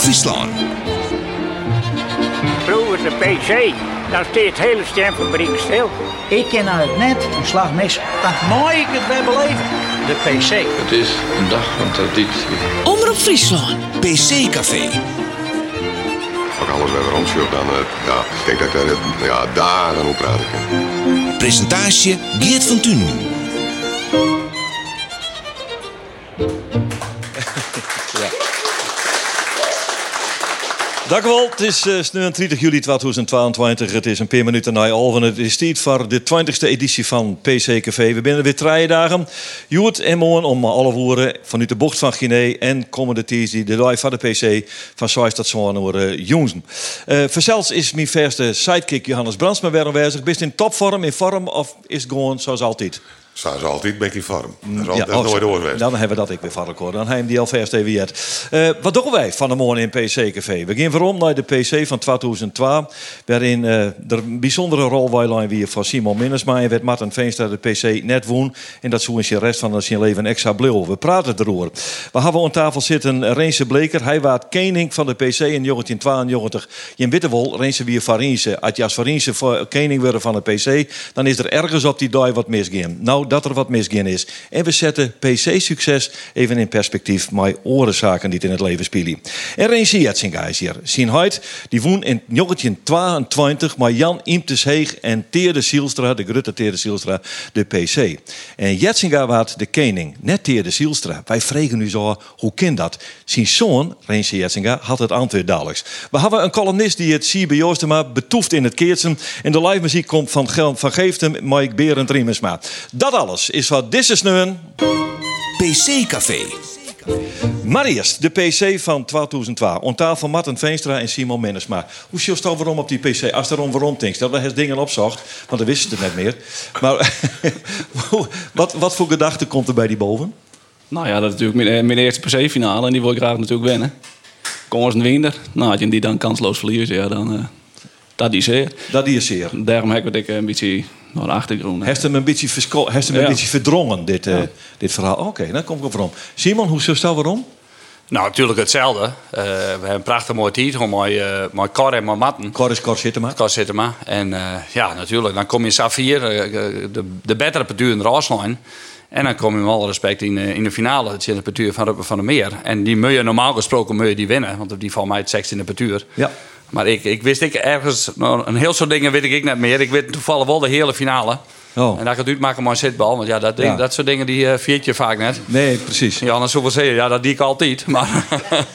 Friesland. Vroeger de PC, dan steekt het hele stemfabriek stil. Ik ken uit het net een slag mis. Dan mooi ik het weer beleven. De PC. Het is een dag van traditie. Omroep Friesland. PC-café. Als ik alles weer rondzoek, dan ik denk dat ik daar dagen op praten kan. Presentatie Geert van Tunen. Dank u wel. Het is 30 juli 2022. Het is een paar minuten na 11. Het is tijd voor de 20e editie van PC Café. We zijn er weer 3 dagen. Joet en Moon om alle woorden vanuit de bocht van Guinea. En komende die de dag van de PC van 6 tot 7 jongen. Verzels is mijn verste sidekick Johannes Brandsma weer aanwezig. Bist in topvorm, in vorm of is het gewoon zoals altijd? Zoals altijd ben ik in vorm. Dat is nooit doorgeweest. Dan hebben we dat ik weer van record. Dan hebben die al verst even jet. Wat doen wij van de morgen in PC Café? We gaan waarom naar de PC van 2012. Waarin er een bijzondere rol bijlijn weer voor Simon Minnesma. En werd Martin Veenstra de PC net woon. En dat zo is de rest van zijn leven extra blauw. We praten erover. We hebben aan tafel zitten Reense Bleker. Hij was koning van de PC in 1992. Je weet wel, Reense weer Farinse. Als je als Farinse koning worden van de PC, dan is er ergens op die dag wat misgaan. Nou, dat er wat misgaan is. En we zetten PC-succes even in perspectief met orenzaken die het in het leven spelen. En Reense Jetsinga is hier. Zijn huid, die woon in 1922 met Jan Imtesheeg en Teerde Zielstra, de grote Teerde Zielstra, de PC. En Jetsinga was de koning, net Teerde Zielstra. Wij vragen nu zo, hoe kan dat? Zijn zoon, Reense Jetsinga, had het antwoord dadelijks. We hebben een columnist die het zie bij Joostema betoeft in het keertsen. En de live muziek komt van Geeftem, Mike Berend Riemensma. Dat alles is wat dit is nu een PC-café. Maar eerst de PC van 2012. Aan tafel Martin Veenstra en Simon Minnesma. Hoe zie je waarom op die PC? Als er waarom denkt, dat we het dingen opzocht, want dan wisten ze het net meer. Maar wat voor gedachte komt er bij die boven? Nou ja, dat is natuurlijk mijn eerste PC-finale en die wil ik graag natuurlijk winnen. Kom als een winnaar. Nou, als je die dan kansloos verliest, ja, dan dat is zeer. Dat is zeer. Daarom heb ik een beetje naar de achtergrond. Heeft hem een beetje verdrongen, dit verhaal? Oké, dan kom ik op waarom. Simon, hoe zou je waarom? Nou, natuurlijk hetzelfde. We hebben een prachtig mooi tijd, gewoon met Cor en met Matten. Cor is Cor Sittema. Cor Sittema. En ja, natuurlijk, dan kom je in Safir, de betere partuur in de Raaslijn. En dan kom je met alle respect in de finale, het is de partuur van Ruppen van der Meer. En die moet je normaal gesproken die winnen, want die valt mij het 16e partuur. Ja. Maar ik wist ergens, een heel soort dingen weet ik net meer. Ik weet toevallig wel de hele finale. Oh. En dat gaat uitmaken met een zitbal. Want ja, dat soort dingen die viert je vaak net. Nee, precies. Ja, anders zoveel zeggen, ja, dat die ik altijd. Maar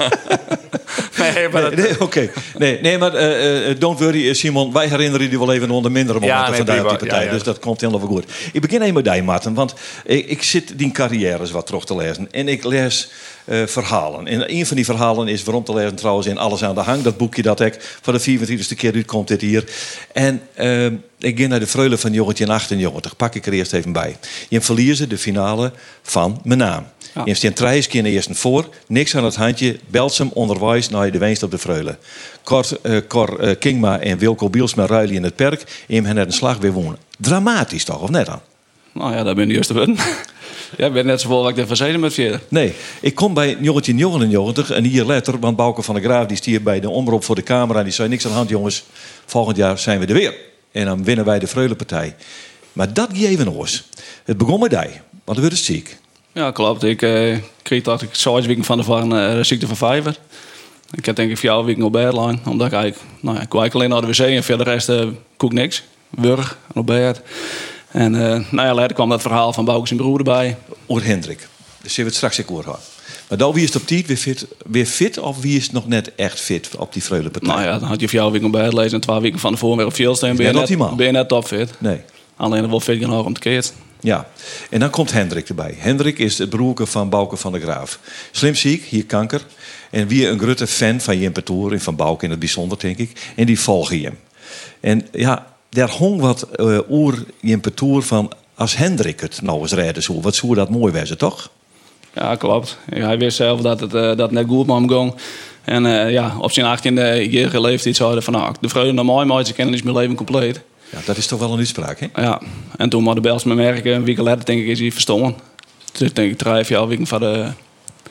Oké. Nee, maar don't worry, Simon. Wij herinneren je wel even onder mindere momenten van die partij. Ja. Dus dat komt helemaal goed. Ik begin even met die, Martin. Want ik zit die carrières wat terug te lezen. En ik lees verhalen. En een van die verhalen is waarom te lezen trouwens in Alles aan de Hang. Dat boekje dat ik voor de 24e keer uitkomt dit hier. En ik ga naar de Freule van 1998. Pak ik er eerst even bij. Je verliezen de finale van mijn naam. Ja. Je hebt 3 keer in de eerste voor. Niks aan het handje. Belsum onderwijs naar de winst op de Freule. Cor Kingma en Wilco Bielsma ruilen in het perk. En je hebben een slag weer wonen. Dramatisch toch, of net dan? Nou ja, dat ben de eerste punt. Ja, ik ben net zo vol wat ik er verzeden met verder. Nee, ik kom bij 1999 en hier later, want Bouke van der Graaf die stier bij de omroep voor de camera en die zei niks aan de hand, jongens. Volgend jaar zijn we er weer. En dan winnen wij de Freulepartij. Maar dat geven ons. Het begon met die, want dan werd het ziek. Ja, klopt. Ik kreeg dat ik 6 weken van de ziekte van Vijver. Ik heb denk ik 4 weken op bedlijn. Omdat ik eigenlijk, ik kwam alleen naar de wc en verder de rest koek niks. Wurg op bed. En later kwam dat verhaal van Bouke zijn broer erbij. Oor Hendrik. Dus je het straks ook horen. Maar dan wie is het op die weer fit of wie is nog net echt fit op die Freulepartij? Nou ja, dan had je 4 weken op bed lezen en 2 weken van tevoren weer op field staan. Ben je net topfit? Nee. Alleen nog wel fit genoeg om te keert. Ja, en dan komt Hendrik erbij. Hendrik is het broerke van Bouke van der Graaf. Slim ziek, hier kanker. En wie een grote fan van Jimper Toer en van Bouke in het bijzonder, denk ik. En die volgen hem. En ja, daar hong wat oer Jimper Toer van als Hendrik het nou eens redden zou. Wat zou dat mooi wezen, toch? Ja, klopt. Hij wist zelf dat het net goed met hem ging. En op zijn 18e-jarige leeftijd zeiden van de vreugde naar mij, maar ze kennen dus mijn leven compleet. Ja, dat is toch wel een uitspraak, hè? Ja, en toen maar de Bels me merken, een week later denk ik is hij verstommen. Dus denk ik 3 of 4 weken van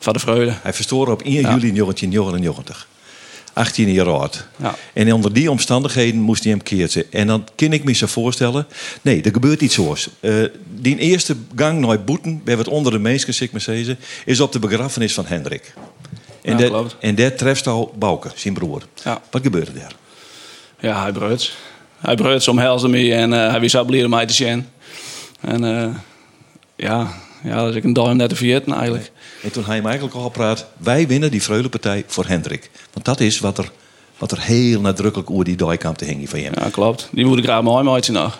van de vreugde. Hij verstoorde op 1 juli 1999. 18 jaar oud. Ja. En onder die omstandigheden moest hij hem keertje. En dan kan ik me zo voorstellen... Nee, er gebeurt iets zoals. Die eerste gang naar boeten... bij wat onder de mensen, zeg maar zeggen... is op de begrafenis van Hendrik. En daar treft al Bouke, zijn broer. Ja. Wat gebeurde daar? Ja, hij breut. Hij breut, omhelsde me en hij was zo blij om mij te zien. En dat is ik een duim net te vergeten eigenlijk. En toen hij hem eigenlijk al praat... wij winnen die Freulenpartij voor Hendrik. Want dat is wat er heel nadrukkelijk over die dag kwam te hangen van hem. Ja, klopt. Die moet ik graag mooi maken nog.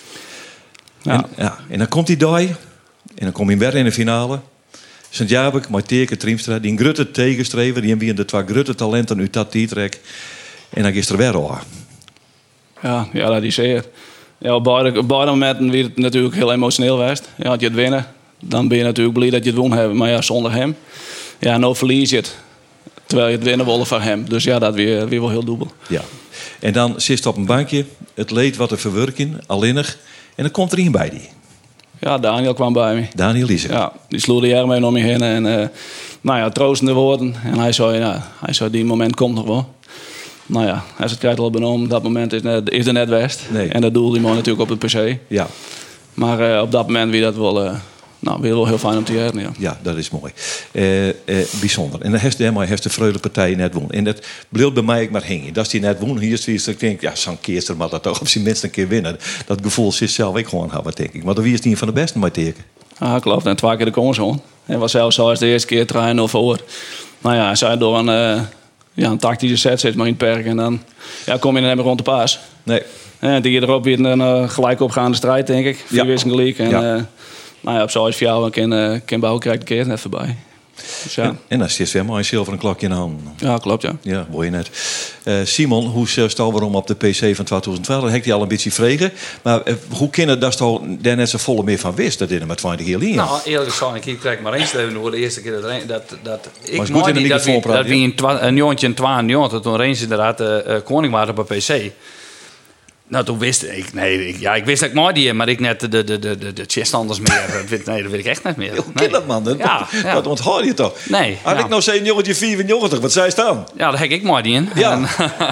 Ja. En dan komt die dag... en dan kom je weer in de finale... Sint-Jabek, Maiteke, Triemstra... die een grutte tegenstrever... die hebben de 2 grutte talenten uit dat tijdrek... en dan is er weer al. Ja, dat is zeer. Ja, op beide momenten werd het natuurlijk heel emotioneel geweest. Ja, had je het winnen, dan ben je natuurlijk blij dat je het won hebt. Maar ja, zonder hem, nou verlies je het. Terwijl je het winnen wilde van hem. Dus ja, dat weer wel heel dubbel. Ja. En dan zit je op een bankje, het leed wat te verwerken, alleenig. En dan komt er iemand bij die. Ja, Daniel kwam bij me. Daniel Liese. Ja, die sloeg de jaren mee om me heen. En troostende woorden. En hij zei, die moment komt nog wel. Nou ja, als het krijgt al benoemd, dat moment is er net best. Nee. En dat doelde hij natuurlijk op het PC. Ja. Maar op dat moment weer dat wel heel fijn om te horen. Ja. Ja, dat is mooi. Bijzonder. En dan heeft de Freulenpartij net won. En dat bleef bij mij ook maar hingen. Dat is die net won. Hier is het, ik denk, ja, zo'n keerster maar dat toch op zijn minst een keer winnen. Dat gevoel zit zelf ik gewoon hebben, denk ik. Maar wie is die van de beste bij teken? Ah, klopt. En 2 keer de console. En was zelfs zo als de eerste keer trainen of voor. Nou ja, hij zei door een tactische set zit maar in het perk. En dan kom je dan even rond de paas. Nee. En die erop weer een gelijk opgaande strijd, denk ik. 4 wisselen gelijk. En op zoals voor jou kan Bouw krijgt de keer net voorbij. Dus ja. En dan zit weer maar een zilveren klokje in de hand. Ja, klopt, ja. Ja, mooi net. Simon, hoe stel waarom op de PC van 2012? Dat heb je al een beetje vregen. Maar hoe kunnen dat daar net zo volle meer van wist? Dat dit met 20 jaar in. Nou, eerlijk gezegd, ik krijg maar eens voor de eerste keer dat ik maar goed in de microfoon praten. Dat wie een jongetje en 92 toen Reens inderdaad koning waren op een PC. Nou, toen wist ik... ik wist dat ik mooi die, maar ik net de chestanders meer. Nee, dat weet ik echt niet meer. Hoe kan dat, man? Dat onthoud je toch? Nee. Had ik nou zei een jongetje 94, wat zei staan? Ja, daar heb ik mooi die in. Ja. En,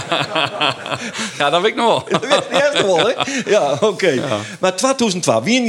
ja, dat weet ik nog wel. Dat weet je echt wel, hè? Ja, oké. Ja. Maar 2012, wie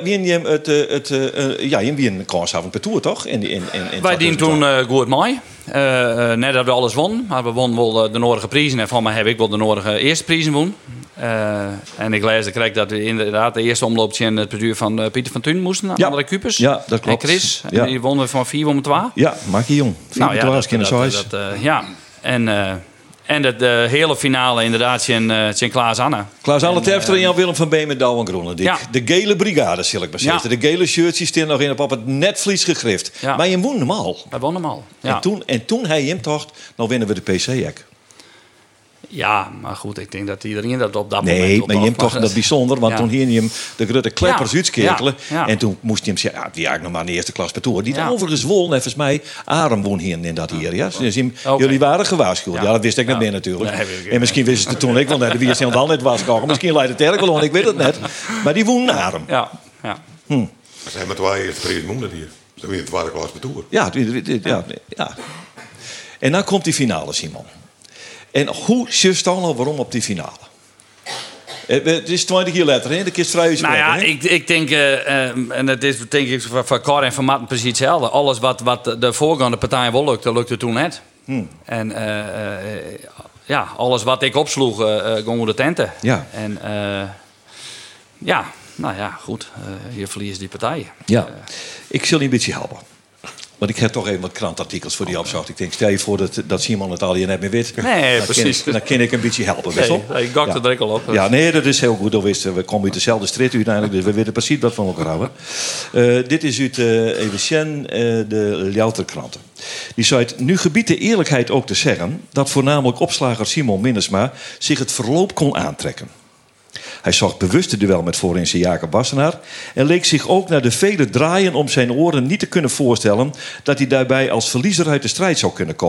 een kansavond per tour, toch? Wij dienen toen goed mooi. Net dat we alles won, maar we wonnen wel de nodige prijzen. En van mij heb ik wel de nodige eerste prijzen won. En ik kreeg dat we inderdaad de eerste omloopje in het bestuur van Pieter van Thun moesten. Ja. Andere Cupers. Ja, dat klopt. En Chris. Ja. Die wonnen van 4 om 2. Ja, maak je jong. 4 om 2 ja. En de hele finale inderdaad zijn Klaas-Anne. Klaas-Anne Terpstra en Jan-Willem van Beem met Douw en Groenendik. Ja. De gele brigade, zal ik maar zeggen. Ja. De gele shirtjes staan nog in op het netvlies gegrift. Ja. Maar je won hem al. Hij won hem al, ja. En toen hij hem tocht, nou winnen we de PC-hek. Ja, maar goed, ik denk dat iedereen dat op dat moment... Nee, maar je hebt toch dat bijzonder, want toen hier je hem de grote kleppers uitskekelen. Ja. En toen moest je hem zeggen, die eigenlijk nog maar in de eerste klas per toer. Die overigens won, volgens mij, Arem won hier in dat hier. Ja? Dus jullie waren gewaarschuwd. Ja, dat wist ik niet meer natuurlijk. Nee, en misschien wisten ze het toen ik, want wie is al net was gekomen. Misschien leidt het erg wel, ik weet het net. Maar die won Arem. Ja. Maar ze hebben 2 eerste prijzen gewonnen hier. Ze hebben in de tweede klas per toer. Ja. En dan komt die finale, Simon. En hoe just dan al waarom op die finale? Het is 20 jaar later, hè? De kist vrij is. Nou ja, ik denk, en dat is denk ik van Cor en van Matten precies hetzelfde. Alles wat de voorgaande partijen wel lukte toen net. En alles wat ik opsloeg, ging de tenten. Ja. En goed, hier verliezen die partijen. Ja, ik zal je een beetje helpen. Want ik heb toch even wat krantartikels voor die opzocht. Ik denk, stel je voor dat Simon het al hier net meer weet. Nee, precies. Dan kan ik een beetje helpen. Nee, ik gok er direct al op. Ja, nee, dat is heel goed. We komen uit dezelfde street uiteindelijk, dus we weten precies wat van elkaar houden. Dit is uit Evicien, de Ljouterkranten. Die zei, nu gebiedt de eerlijkheid ook te zeggen dat voornamelijk opslager Simon Minnesma zich het verloop kon aantrekken. Hij zocht bewust de duel met voorinser Jacob Wassenaar en leek zich ook naar de vele draaien om zijn oren niet te kunnen voorstellen dat hij daarbij als verliezer uit de strijd zou kunnen komen.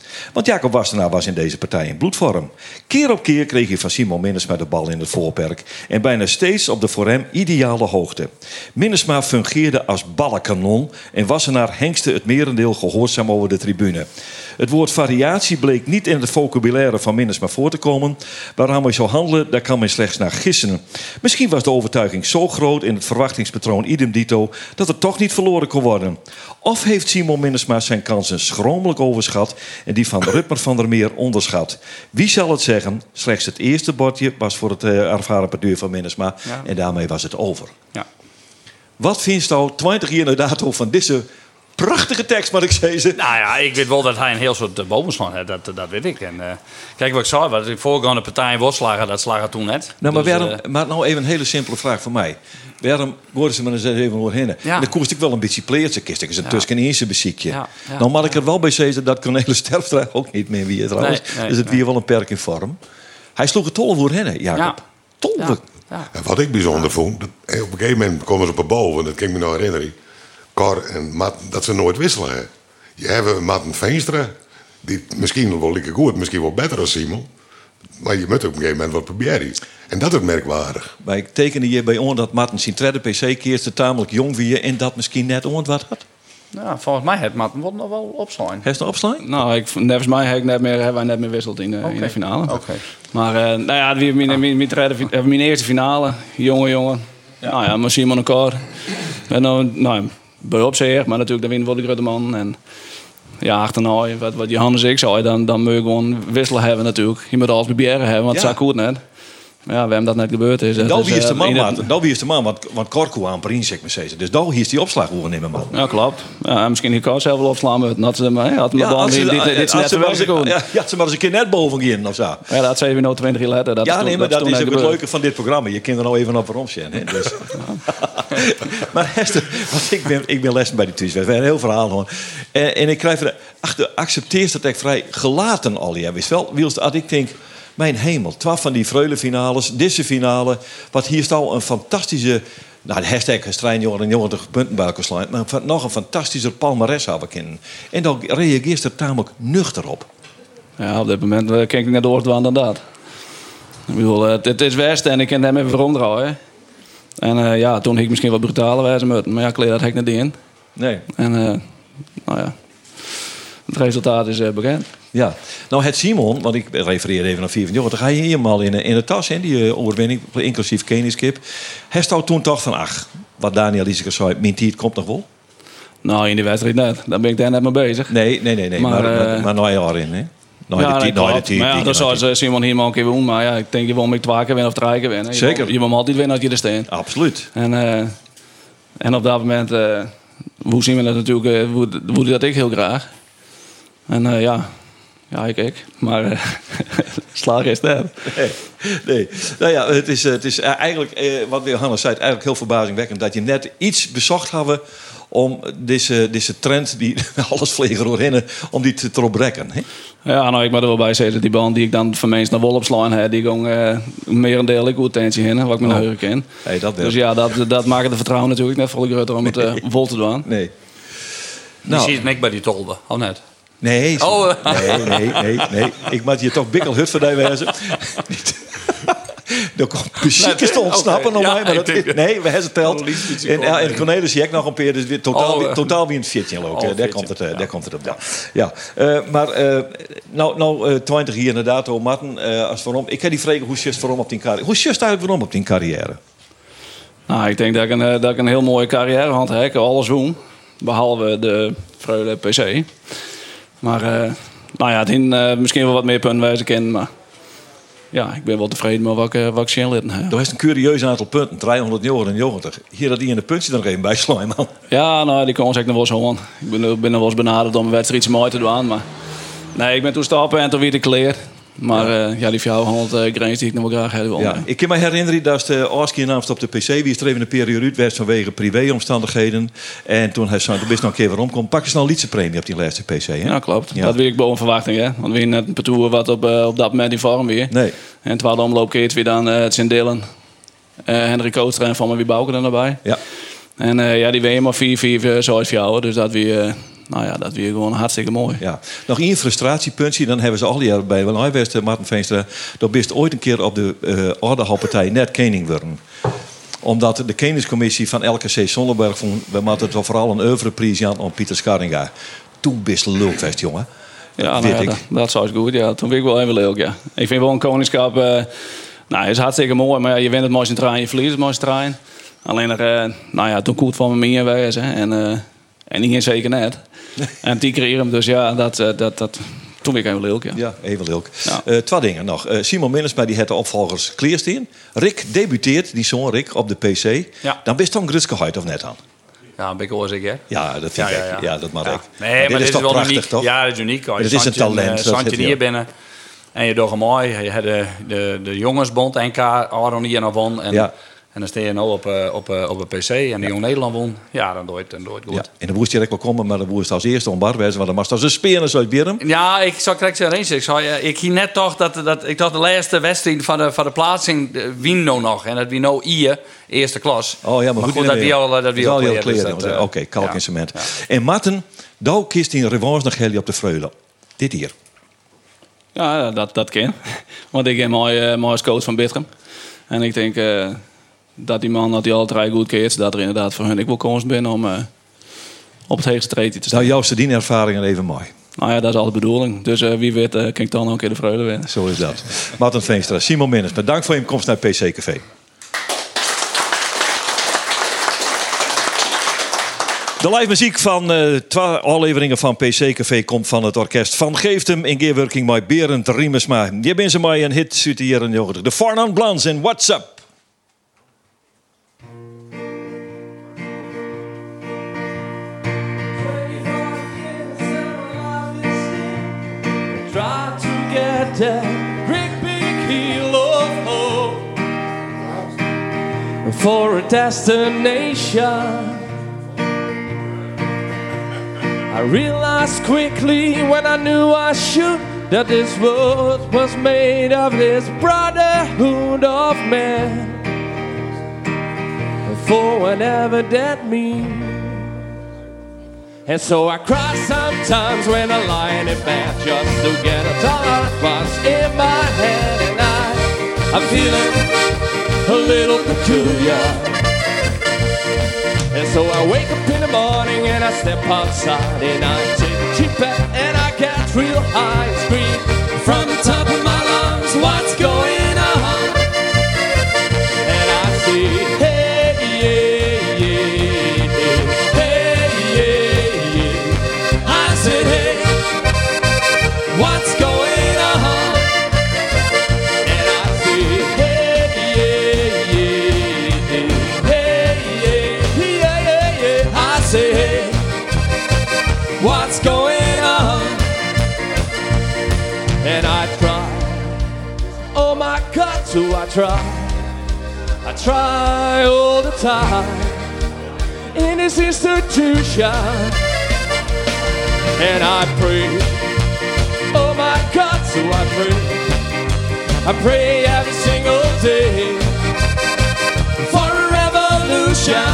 Want Jacob Wassenaar was in deze partij in bloedvorm. Keer op keer kreeg hij van Simon Minnesma de bal in het voorperk. En bijna steeds op de voor hem ideale hoogte. Minnesma fungeerde als ballenkanon. En Wassenaar hengste het merendeel gehoorzaam over de tribune. Het woord variatie bleek niet in het vocabulaire van Minnesma voor te komen. Waarom hij zou handelen, daar kan men slechts naar gissen. Misschien was de overtuiging zo groot in het verwachtingspatroon idem dito dat het toch niet verloren kon worden. Of heeft Simon Minnesma zijn kansen schromelijk overschat en die van Rutmer van der Meer onderschat? Wie zal het zeggen? Slechts het eerste bordje was voor het ervaren partuur van Minnesma en daarmee was het over. Ja. Wat vindt u 20 jaar inderdaad van deze prachtige tekst, maar ik zei ze? Nou ja, ik weet wel dat hij een heel soort bovenslaan heeft. Dat weet ik. En, kijk wat ik zei, wat de voorgaande partijen worstelagen, dat slagen toen net. Nou, maar, dus, maar nou even een hele simpele vraag van mij. Waarom worden ze maar eens even doorheen? Ja. Dan koest ik wel een beetje pleertje. Kist ik eens een tussen eerste beziekje. Ja. Nou mag ik er wel bij zeggen dat Cornelis Sterfstra ook niet meer wie trouwens. Dus het weer wel een perk in vorm. Hij sloeg het tollen voor hen, Jacob. Ja. Tollen. Ja. En wat ik bijzonder vond, op een gegeven moment komen ze op boven, dat kan ik me nog herinneren. Cor en Matt, dat ze nooit wisselen. Hè. Je hebt Matten Veenstra, die misschien wel lekker goed, misschien wel beter dan Simon. Maar je moet op een gegeven moment wat proberen. En dat is merkwaardig. Maar ik tekende hier bij ons dat Matten zijn tweede PC-keerste tamelijk jong wie en dat misschien net wat had. Ja, volgens mij heeft Matten nog wel opslaan. Heeft hij opslaan? Nou, volgens mij hebben wij net meer wisseld in de finale. Okay. Maar nou ja, mijn eerste finale. Jongen. Ja. Nou ja, maar Simon elkaar. En dan, bij opzicht, maar natuurlijk, dan wint wel de grote man. En ja, achterna, wat Johannes ik zei, dan moet je gewoon wisselen hebben natuurlijk. Je moet alles proberen hebben, want het zou goed net. Ja, we hebben dat net gebeurd. Dus, nou, wie is de man, want Korku aan Prins, ik me zeggen. Dus daar is die opslag over nemen, man. Ja, klopt. Ja, misschien hier kan zelf wel opslaan moeten. Had ze maar dit net te werken komen. Ja, ze maar eens een keer net boven gaan of zo. Ja, dat zei we nou 20 jaar later. Ja, nee, maar dat is ook het leuke van dit programma. Je kunt er nou even op waarom zijn. Hè? Dus. Maar Hester, want ik ben lessen bij die thuiswedstrijd. We hebben een heel verhaal hoor. En ik krijg accepteert dat ik vrij gelaten al. Ja, wist wel, als ik denk. Mijn hemel, 12 van die Freulenfinales, deze finale. Wat hier staat een fantastische. Nou, de hashtag strijd 90 punten bij elkaar slaan. Maar nog een fantastische palmares hebben kunnen. En dan reageert er tamelijk nuchter op. Ja, op dit moment kijk ik naar de oordwaan dan dat. Ik bedoel, het is West en ik kan hem even ronddraaien. En ja, toen heb ik misschien wat brutaler wijze moeten. Maar ja, ik leer dat hek niet in. Nee. En nou ja, het resultaat is bekend. Ja, nou het Simon, want ik refereer even naar 4 van dan ga je helemaal in de tas, hè, die overwinning, inclusief Kenniskip. Hij stond toen toch van, wat Daniel Lieseke zei, mijn tijd komt nog wel? Nou, in die wedstrijd net. Daar ben ik daar net mee bezig. Nee. Maar nou jaar in, hè? Dat zou Simon hier maar een keer winnen. Maar ja, ik denk je wil met 2 keer winnen of 3 keer winnen. Zeker. Je wil altijd winnen als je er staat. Absoluut. En op dat moment, hoe zien we dat natuurlijk, hoe dat ik heel graag. En ja, ik. Maar slagen is dat. Nee. Nou ja, het is eigenlijk, wat Johannes zei, eigenlijk heel verbazingwekkend dat je net iets bezocht hadden om deze trend, die alles vliegen doorheen, om die te doorbreken. Hè? Ja, nou, ik moet er wel bij zeggen, die bal die ik dan van mensen naar wol opslaan heb, die gewoon meer een deel ik goed tensie in, wat ik mijn heugen ken. Hey, dus ja, dat maakt het vertrouwen natuurlijk net voor groter om het vol te doen. Nee. Je ziet het niet bij die tolbe, of net? Nee. Nee. Ik moet je toch bikkelhut voor die wezen. Er komt muziek te ontsnappen nog mij, maar dat nee, we hebben het teld. En Cornelis zie ik nog een keer, dus weer totaal wie een fitje lopen. Daar komt het op. Ja. Maar nou 20 jaar inderdaad, hoor, Marten, als waarom. Ik heb die vragen hoe just waarom op die carrière. Hoe just eigenlijk waarom op die carrière? Nou, ik denk dat ik een heel mooie carrière had. Ik heb alles doen, behalve de Freule PC. Maar nou ja, het hing misschien wel wat meer punten wijzen kennen, maar ja, ik ben wel tevreden met wat ik zien litten heb. Er is een curieus aantal punten, 390. Hier dat die in de puntje er nog even bij slaan, man. Ja, nou, die kon ik nog wel eens gewoon. Ik ben nog wel eens benaderd om een wedstrijd iets mooi te doen, maar nee, ik ben toen stappen en toen weer gekleerd. Maar ja, die voor jou handelt grens die ik nog wel graag heb. Ja, ik kan me herinneren dat de Oski-naamst op de PC, wie is er even een periode uit werd vanwege privéomstandigheden. En toen hij zei, er best nog een keer waarom komt, pak eens nou een liedsepremie op die laatste PC. Hè? Ja, klopt. Ja. Dat weet ik boven verwachting, hè. Want we hebben net een parcours wat op dat moment in vorm weer. Nee. En het tweede omloop keert weer dan het Sint-Dillen. Hendrik Koostra en Van me wie Bouke er erbij. Ja. En ja, die WM maar 4-4 zoals voor jou. Dus dat weer nou ja, dat weer gewoon hartstikke mooi. Ja. Nog één frustratiepuntje, dan hebben ze al jaar bij Welnijwest, Martin Veenstra. Dat bist ooit een keer op de Ordehalpartij net koning worden. Omdat de koningscommissie van LKC Zonneberg vond, we moeten toch vooral een oeuvreprijs aan om Pieter Scharinga. Toen best leuk, jongen. Ja, nou ja, dat zou goed. Ja, toen vind ik wel even leuk, ja. Ik vind wel een koningschap, nou, is hartstikke mooi, maar ja, je wint het mooiste trein, je verliest het mooiste trein. Alleen nou ja, toen koert van me meer wezen en niet zeker net. En die creëren hem, dus ja, dat toen vind ik even leuk, ja. Ja, even leuk. Ja. Twee dingen nog. Simon Minnesma die het de opvolgers Kleersteen. Rick debuteert, die zoon Rick, op de PC. Ja. Dan best dan Grutske of net aan. Ja, een beetje oors ik, hè? Ja, dat vind ik. Ja, dat mag ik. Nee, maar dit is toch wel prachtig, uniek. toch? Ja, dat is uniek. Het is een talent. Santje hier binnen. En je doet hem mooi. Je had de jongensbond NK, Aaron hier nog won. En dan sta je nou op een PC en die Jong Nederland won. Ja, dan doe je het goed. Ja, en dan moest je direct wel komen, maar dan moest als eerste onbar wezen. Want dan was als een spelen zoals Birm. Ja, ik zou correct zeggen. Ik hier net toch dat ik dacht de laatste wedstrijd van de plaatsing wien nog. En dat wie nou hier, eerste klas. Oh ja, maar goed, dat wie al clear. Dus Oké, kalk in cement. Ja. En Marten, daar kiest hij een revanche nog heel op de Freulen. Dit hier. Ja, dat kan. Want ik ben mooi coach van Bitteren. En ik denk dat die man, dat hij altijd goed keert, dat er inderdaad voor hun ik wil kans ben om op het heegste treedje te staan. Nou, jouw studieervaringen even mooi. Nou ja, dat is al de bedoeling. Dus wie weet kan ik dan ook een keer de vreugde winnen. Zo is dat. Martin Veenstra, Simon Minnes, bedankt voor je komst naar PC Café. De live muziek van 2 afleveringen van PC Café komt van het orkest van Geeftem in gearworking met Berend Riemesma. Je bent ze mij een hit uit de jaren 90. De Fernand Blans en What's Up? Try to get that great big heel of hope for a destination. I realized quickly when I knew I should that this world was made of this brotherhood of men. For whatever that means. And so I cry sometimes when I lie in bed just to get a thought what's in my head. And I'm feeling a little peculiar. And so I wake up in the morning and I step outside and I take a deep breath and I get real high and scream from the top of my lungs, what's going on? And I see, hey, yeah, yeah, hey, yeah, yeah. I said, hey, what's going on? And I see, hey, yeah, yeah, hey, yeah. I say, hey, what's going on? And I try, oh my God, do I try all the time in this institution. And I pray, oh my God, do I pray every single day for a revolution.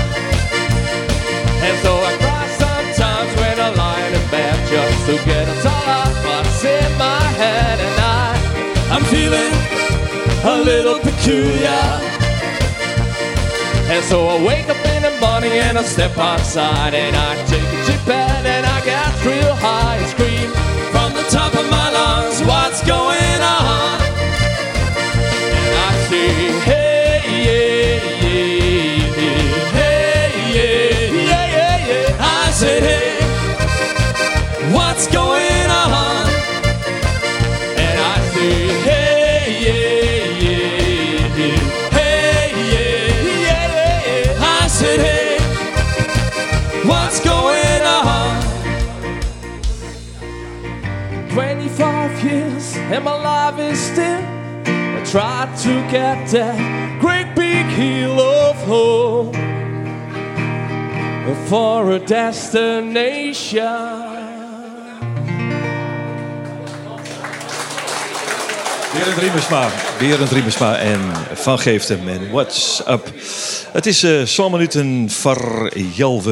And so I cry sometimes when I lie in bed just to get a thought out what's in my head. And I'm feeling a little peculiar. And so I wake up in the morning and I step outside and I take a deep breath and I get real high and scream from the top of my lungs, what's going on? And I say, hey, yeah, yeah, yeah, hey, yeah, yeah, yeah. I said, hey, what's going on? And I say, hey, yeah, yeah, yeah, hey, yeah, yeah, yeah. I said, hey, what's going on? 25 years and my life is still. I try to get that great big heel of hope for a destination. Berend Riemesma en Van Geeftem en What's Up. Het is zo'n minuten voor 11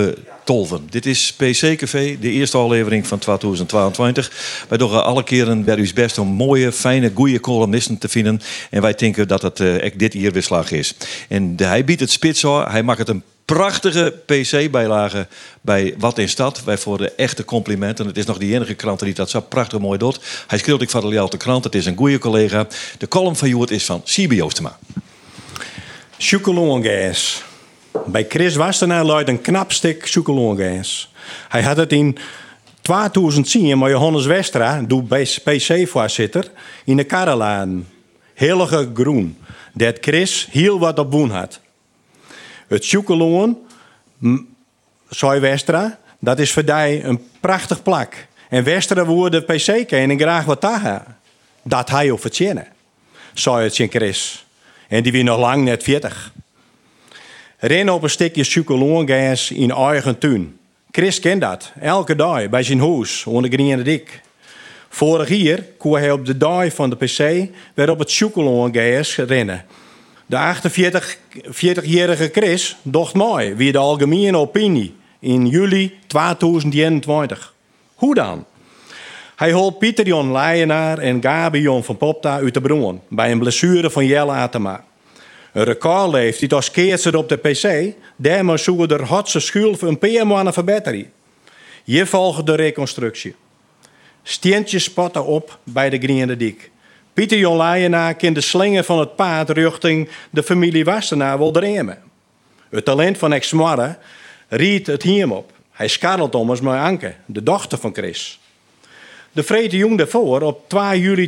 Tolven. Dit is PC Café, de eerste aflevering van 2022. Wij doen alle keren bij ons best om mooie, fijne, goede columnisten te vinden. En wij denken dat het echt dit hier weer slag is. En hij biedt het spits aan. Hij maakt het een prachtige PC-bijlage bij Wat in Stad. Wij voor de echte complimenten. Het is nog die enige krant die dat zo prachtig mooi doet. Hij schreeuwt ik van de Ljouwte krant. Het is een goede collega. De column van Joert is van Siebe Joostema. Chocolongas. Bij Chris Wastenaar luidt een knap stuk chocolongas. Hij had het in 2010 met Johannes Westra, doe PC-voorzitter, in de karreladen. Heilige groen. Dat Chris heel wat op woen had. Het chocolon, zei Westra, dat is voor die een prachtig plak. En Westra woorde PC-kening graag wat daar. Dat hij of het zinnen, zei het in Chris. En die wie nog lang net 40. Rennen op een stukje chocolongas in eigen tuin. Chris kent dat, elke dag bij zijn huis onder de Griene Dik. Vorig jaar kon hij op de dag van de PC weer op het chocolongas rennen. De 48-jarige Chris docht mooi wie de algemene opinie in juli 2021. Hoe dan? Hij holt Pieter Jon Leijenaar en Gabi Jon van Popta uit de bron bij een blessure van Jelle Atema. Een recordleeftijd als keertser op de PC, daarmee zoeken er hotse schuld voor een paar maanden verbetering. Hier volgt de reconstructie. Steentjes spatten op bij de Griene Dik. Pieter Jon Leijenaar kent de slinger van het paard richting de familie Wassenaar wel dremen. Het talent van ex-Smarre riet het hiem op. Hij scharrelt om als met Anke, de dochter van Chris. De vrede jong daarvoor, op 2 juli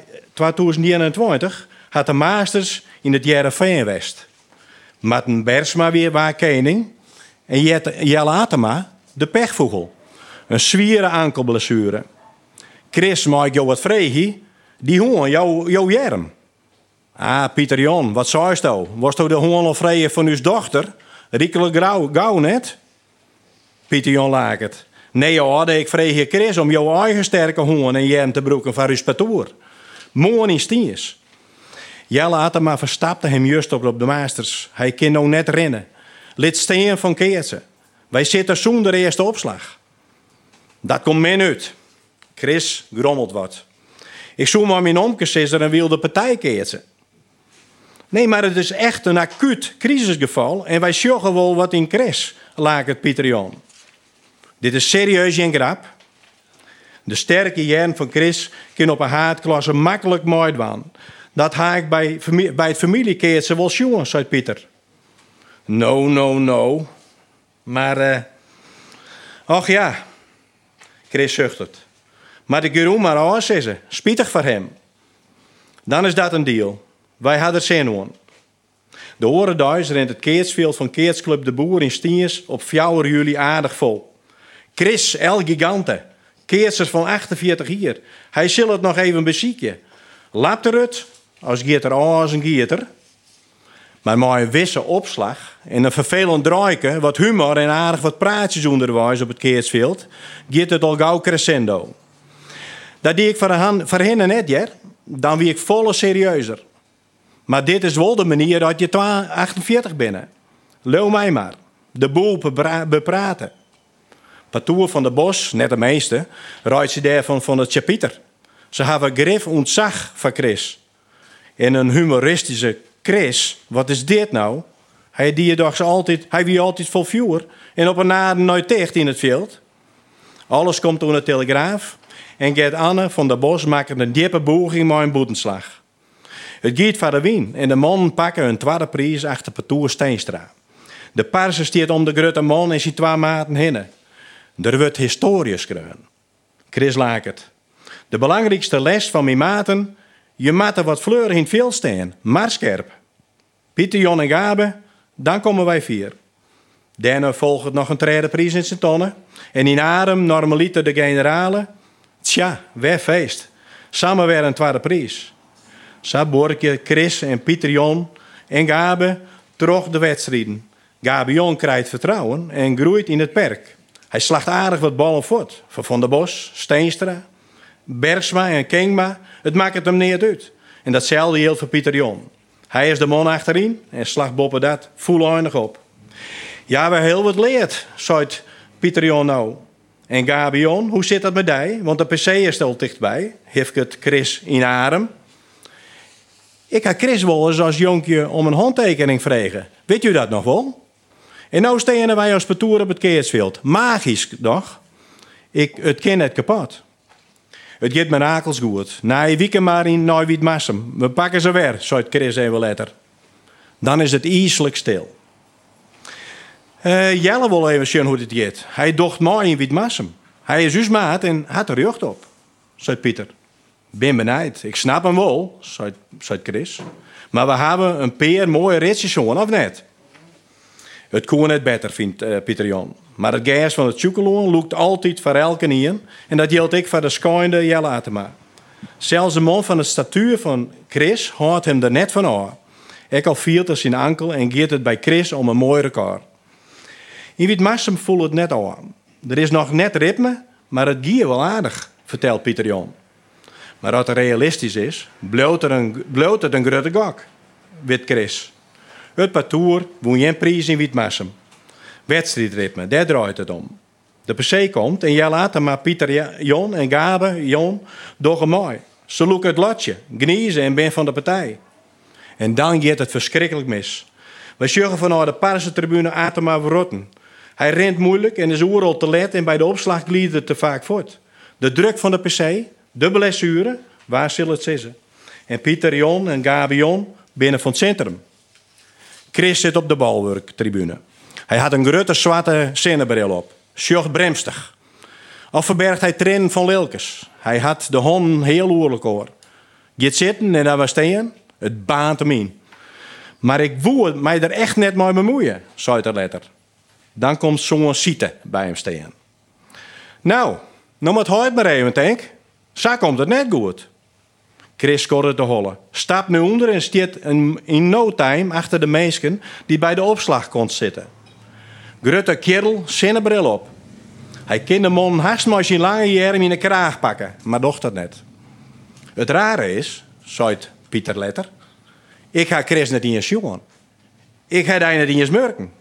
2021, had de Masters in het Jereveen West. Martin Bersma weer waar koning en Jelle Atema de pechvogel. Een zwiere ankelblessure. Chris maakt jou wat vregie, die hoorn jouw jerm. Ah, Pieter Jon, wat zei je nou? Was toch de hoorn al vrije van uw dochter? Riekelijk gauw net? Pieter Jon Lakert. Nee hoor, ik vreeg je Chris om jouw eigen sterke hoorn en jerm te broeken van uw patoer. Mooi in stiers. Jelle Atema verstapte hem juist op de Masters. Hij kon nog net rennen. Lid steen van Keertsen. Wij zitten zonder eerste opslag. Dat komt min uit. Chris grommelt wat. Ik zoek maar mijn omkesisser en wilde partij keertsen. Nee, maar het is echt een acuut crisisgeval en wij sjoggen wel wat in Chris, laat het Pieter Jon. Dit is serieus geen grap. De sterke jern van Chris kan op een haatklasse makkelijk mooi waan. Dat ga ik bij het familiekeertsen wel zien, zei Pieter. No. Maar, ach ja, Chris zucht het. Maar de Jeroen maar alles is ze. Spietig voor hem. Dan is dat een deal. Wij hadden zin aan. De Orenduis rent het keertsveld van Keertsclub De Boer in Stiens op 4 juli aardig vol. Chris, El Gigante. Keertsers van 48 hier. Hij zal het nog even bezieken. Lapt er het, als gieter als een gieter. Maar met een wisse opslag en een vervelend draaike, wat humor en aardig wat praatjes onderwijs op het Keertsveld, giet het al gauw crescendo. Dat die ik voor hen net, ja, dan wie ik volle serieuzer. Maar dit is wel de manier dat je 48 bent. Leuw mij maar. De boel bepraten. Patoer van de Bos, net de meeste, rijdt ze daarvan van het chapiter. Ze hebben grif ontzag van Chris. En een humoristische Chris, wat is dit nou? Hij wie altijd vol vuur en op een naden nooit dicht in het veld. Alles komt door de Telegraaf en Gert Anne van der Bos maakt een diepe boeging met een boetenslag. Het gaat van de wien en de mannen pakken hun tweede prijs achter Patoer Steenstra. De parse stiert om de grote man en zijn 2 maten hinnen. Er wordt historie geschreven. Chris Lakert. De belangrijkste les van mijn maten, je moet er wat fleurig in het veld staan, maar scherp. Pieter, Jon en Gabe, dan komen wij 4. Daarna volgt nog een tweede prijs in Sint-Anne. En in Adem, normaliter de generale. Tja, weer feest. Samen weer een tweede prijs. Zo borgje Chris en Pieter Jon en Gabe terug de wedstrijden. Gabe Jon krijgt vertrouwen en groeit in het perk. Hij slacht aardig wat ballen voort. Van der Bos, Steenstra, Bergsma en Kengma. Het maakt het hem niet uit. En datzelfde geldt voor Pieter Jon. Hij is de man achterin en slacht Boppen dat voeleinig op. Ja, we heel wat leert, zei Pieter Jon nou. En Gabi Jon, hoe zit dat met die? Want de PC is al dichtbij. Heeft het Chris in arm? Ik ga Chris wel eens als jonkje om een handtekening vragen. Weet u dat nog wel? En nou staan wij als patoer op het Keersveld. Magisch nog. Het ken het kapot. Het gaat mirakels goed. Nee, wieken maar in Neuwied-Massum. We pakken ze weer, zei Chris even later. Dan is het ijselijk stil. Jelle wil even zien hoe het gaat. Hij docht mooi in Wied-Massum. Hij is uw maat en had er jeugd op, zei Pieter. Ben benijd. Ik snap hem wel, zei Chris. Maar we hebben een paar mooie ritjes jongen, of net? Het kon net beter, vindt Pieter Jon. Maar het gas van het chocolade loopt altijd voor elke in. En dat geldt ik voor de schijnde Jelle Atema. Zelfs de man van de statuur van Chris houdt hem er net van aan. Ik al viert er zijn ankel en geeft het bij Chris om een mooi record. In Wied-Massum voelt het net aan. Er is nog net ritme, maar het giert wel aardig, vertelt Pieter Jon. Maar als het realistisch is, bloot het een grote gok, weet Chris. Het parcours won geen prijs in Wied-Massum. Wedstrijdritme, daar draait het om. De PC komt en jij later maar Pieter Jon en Gabe Jon doggen mooi. Ze loeken het lotje, gniezen en ben van de partij. En dan gaat het verschrikkelijk mis. We zorgen vanuit de Parse tribune Atema verrotten. Hij rent moeilijk en is oeral te let en bij de opslag glied het te vaak voort. De druk van de PC, de blessure, waar zullen het zitten? En Pieter Jon en Gabi Jon binnen van het centrum. Chris zit op de balwerktribune. Hij had een grote zwarte zonnebril op. Sjocht bremstig. Of verbergt hij trainen van Lilkes. Hij had de hond heel oerlijk hoor. Gaat zitten en daar was staan. Het baant hem in. Maar ik woe mij er echt net mee bemoeien, zei hij later. Dan komt zo'n Siete bij hem staan. Nou moet hij maar even, denk. Zo komt het net goed. Chris scoorde de holle. Stapt nu onder en staat in no time achter de meisken die bij de opslag kon zitten. Grutte kerel, zonnebril op. Hij kon de man haast maar zijn lange jerm in de kraag pakken, maar docht dat net. Het rare is, zei Pieter letter, ik ga Chris net in je jongen. Ik ga daar net in je smurken.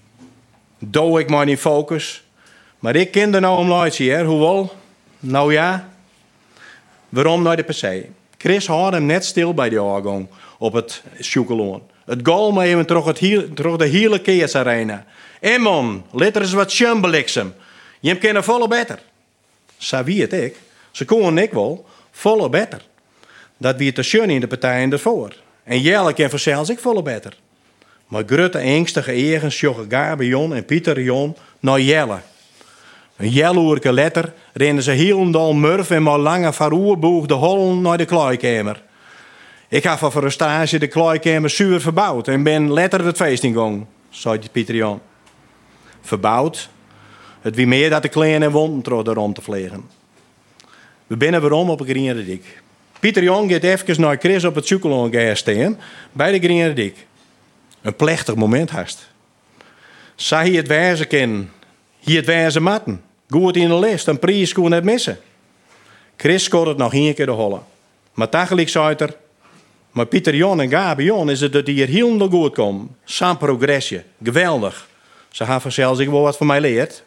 Doe ik maar in focus. Maar ik ken er nou om luidje, hoewel, nou ja. Waarom naar de PC? Chris houdt hem net stil bij de oorgang op het Sjoekeloon. Het goal maar even terug de hele Keersarena. En man, let er eens wat sjumbliksem. Je hem kennen volle beter. Zo wie het ik. Ze konden ik wel volle beter. Dat wie te schön in de partijen ervoor. En Jelle ken vanzelfs ik volle beter. Maar grutte angstige eigens joggen Gabi Jon en Pieter Jon naar Jelle. Een jelloerke letter rennen ze heel murf en maar lange varoerboeg de hollen naar de kleikamer. Ik heb van frustratie de kleikamer zuur verbouwd en ben letter het feest ingegaan, zei Pieter Jon. Verbouwd? Het wie meer dat de kleine wonden terug de rond te vliegen. We binnen waarom op een Griene Dik. Pieter Jon gaat even naar Chris op het Sjoekeloon staan bij de Griene Dik. Een plechtig moment haast. Zij hier het wijze kennen, hier het wijze matten. Goed in de lijst, een prijs kon net missen. Chris scoort het nog één keer de holle. Maar tegelijk zei er, maar Pieter Jon en Gabi Jon is het dat die hier heel goed komen. Samen progressie, geweldig. Ze hebben zelfs ik wel wat van mij leerd.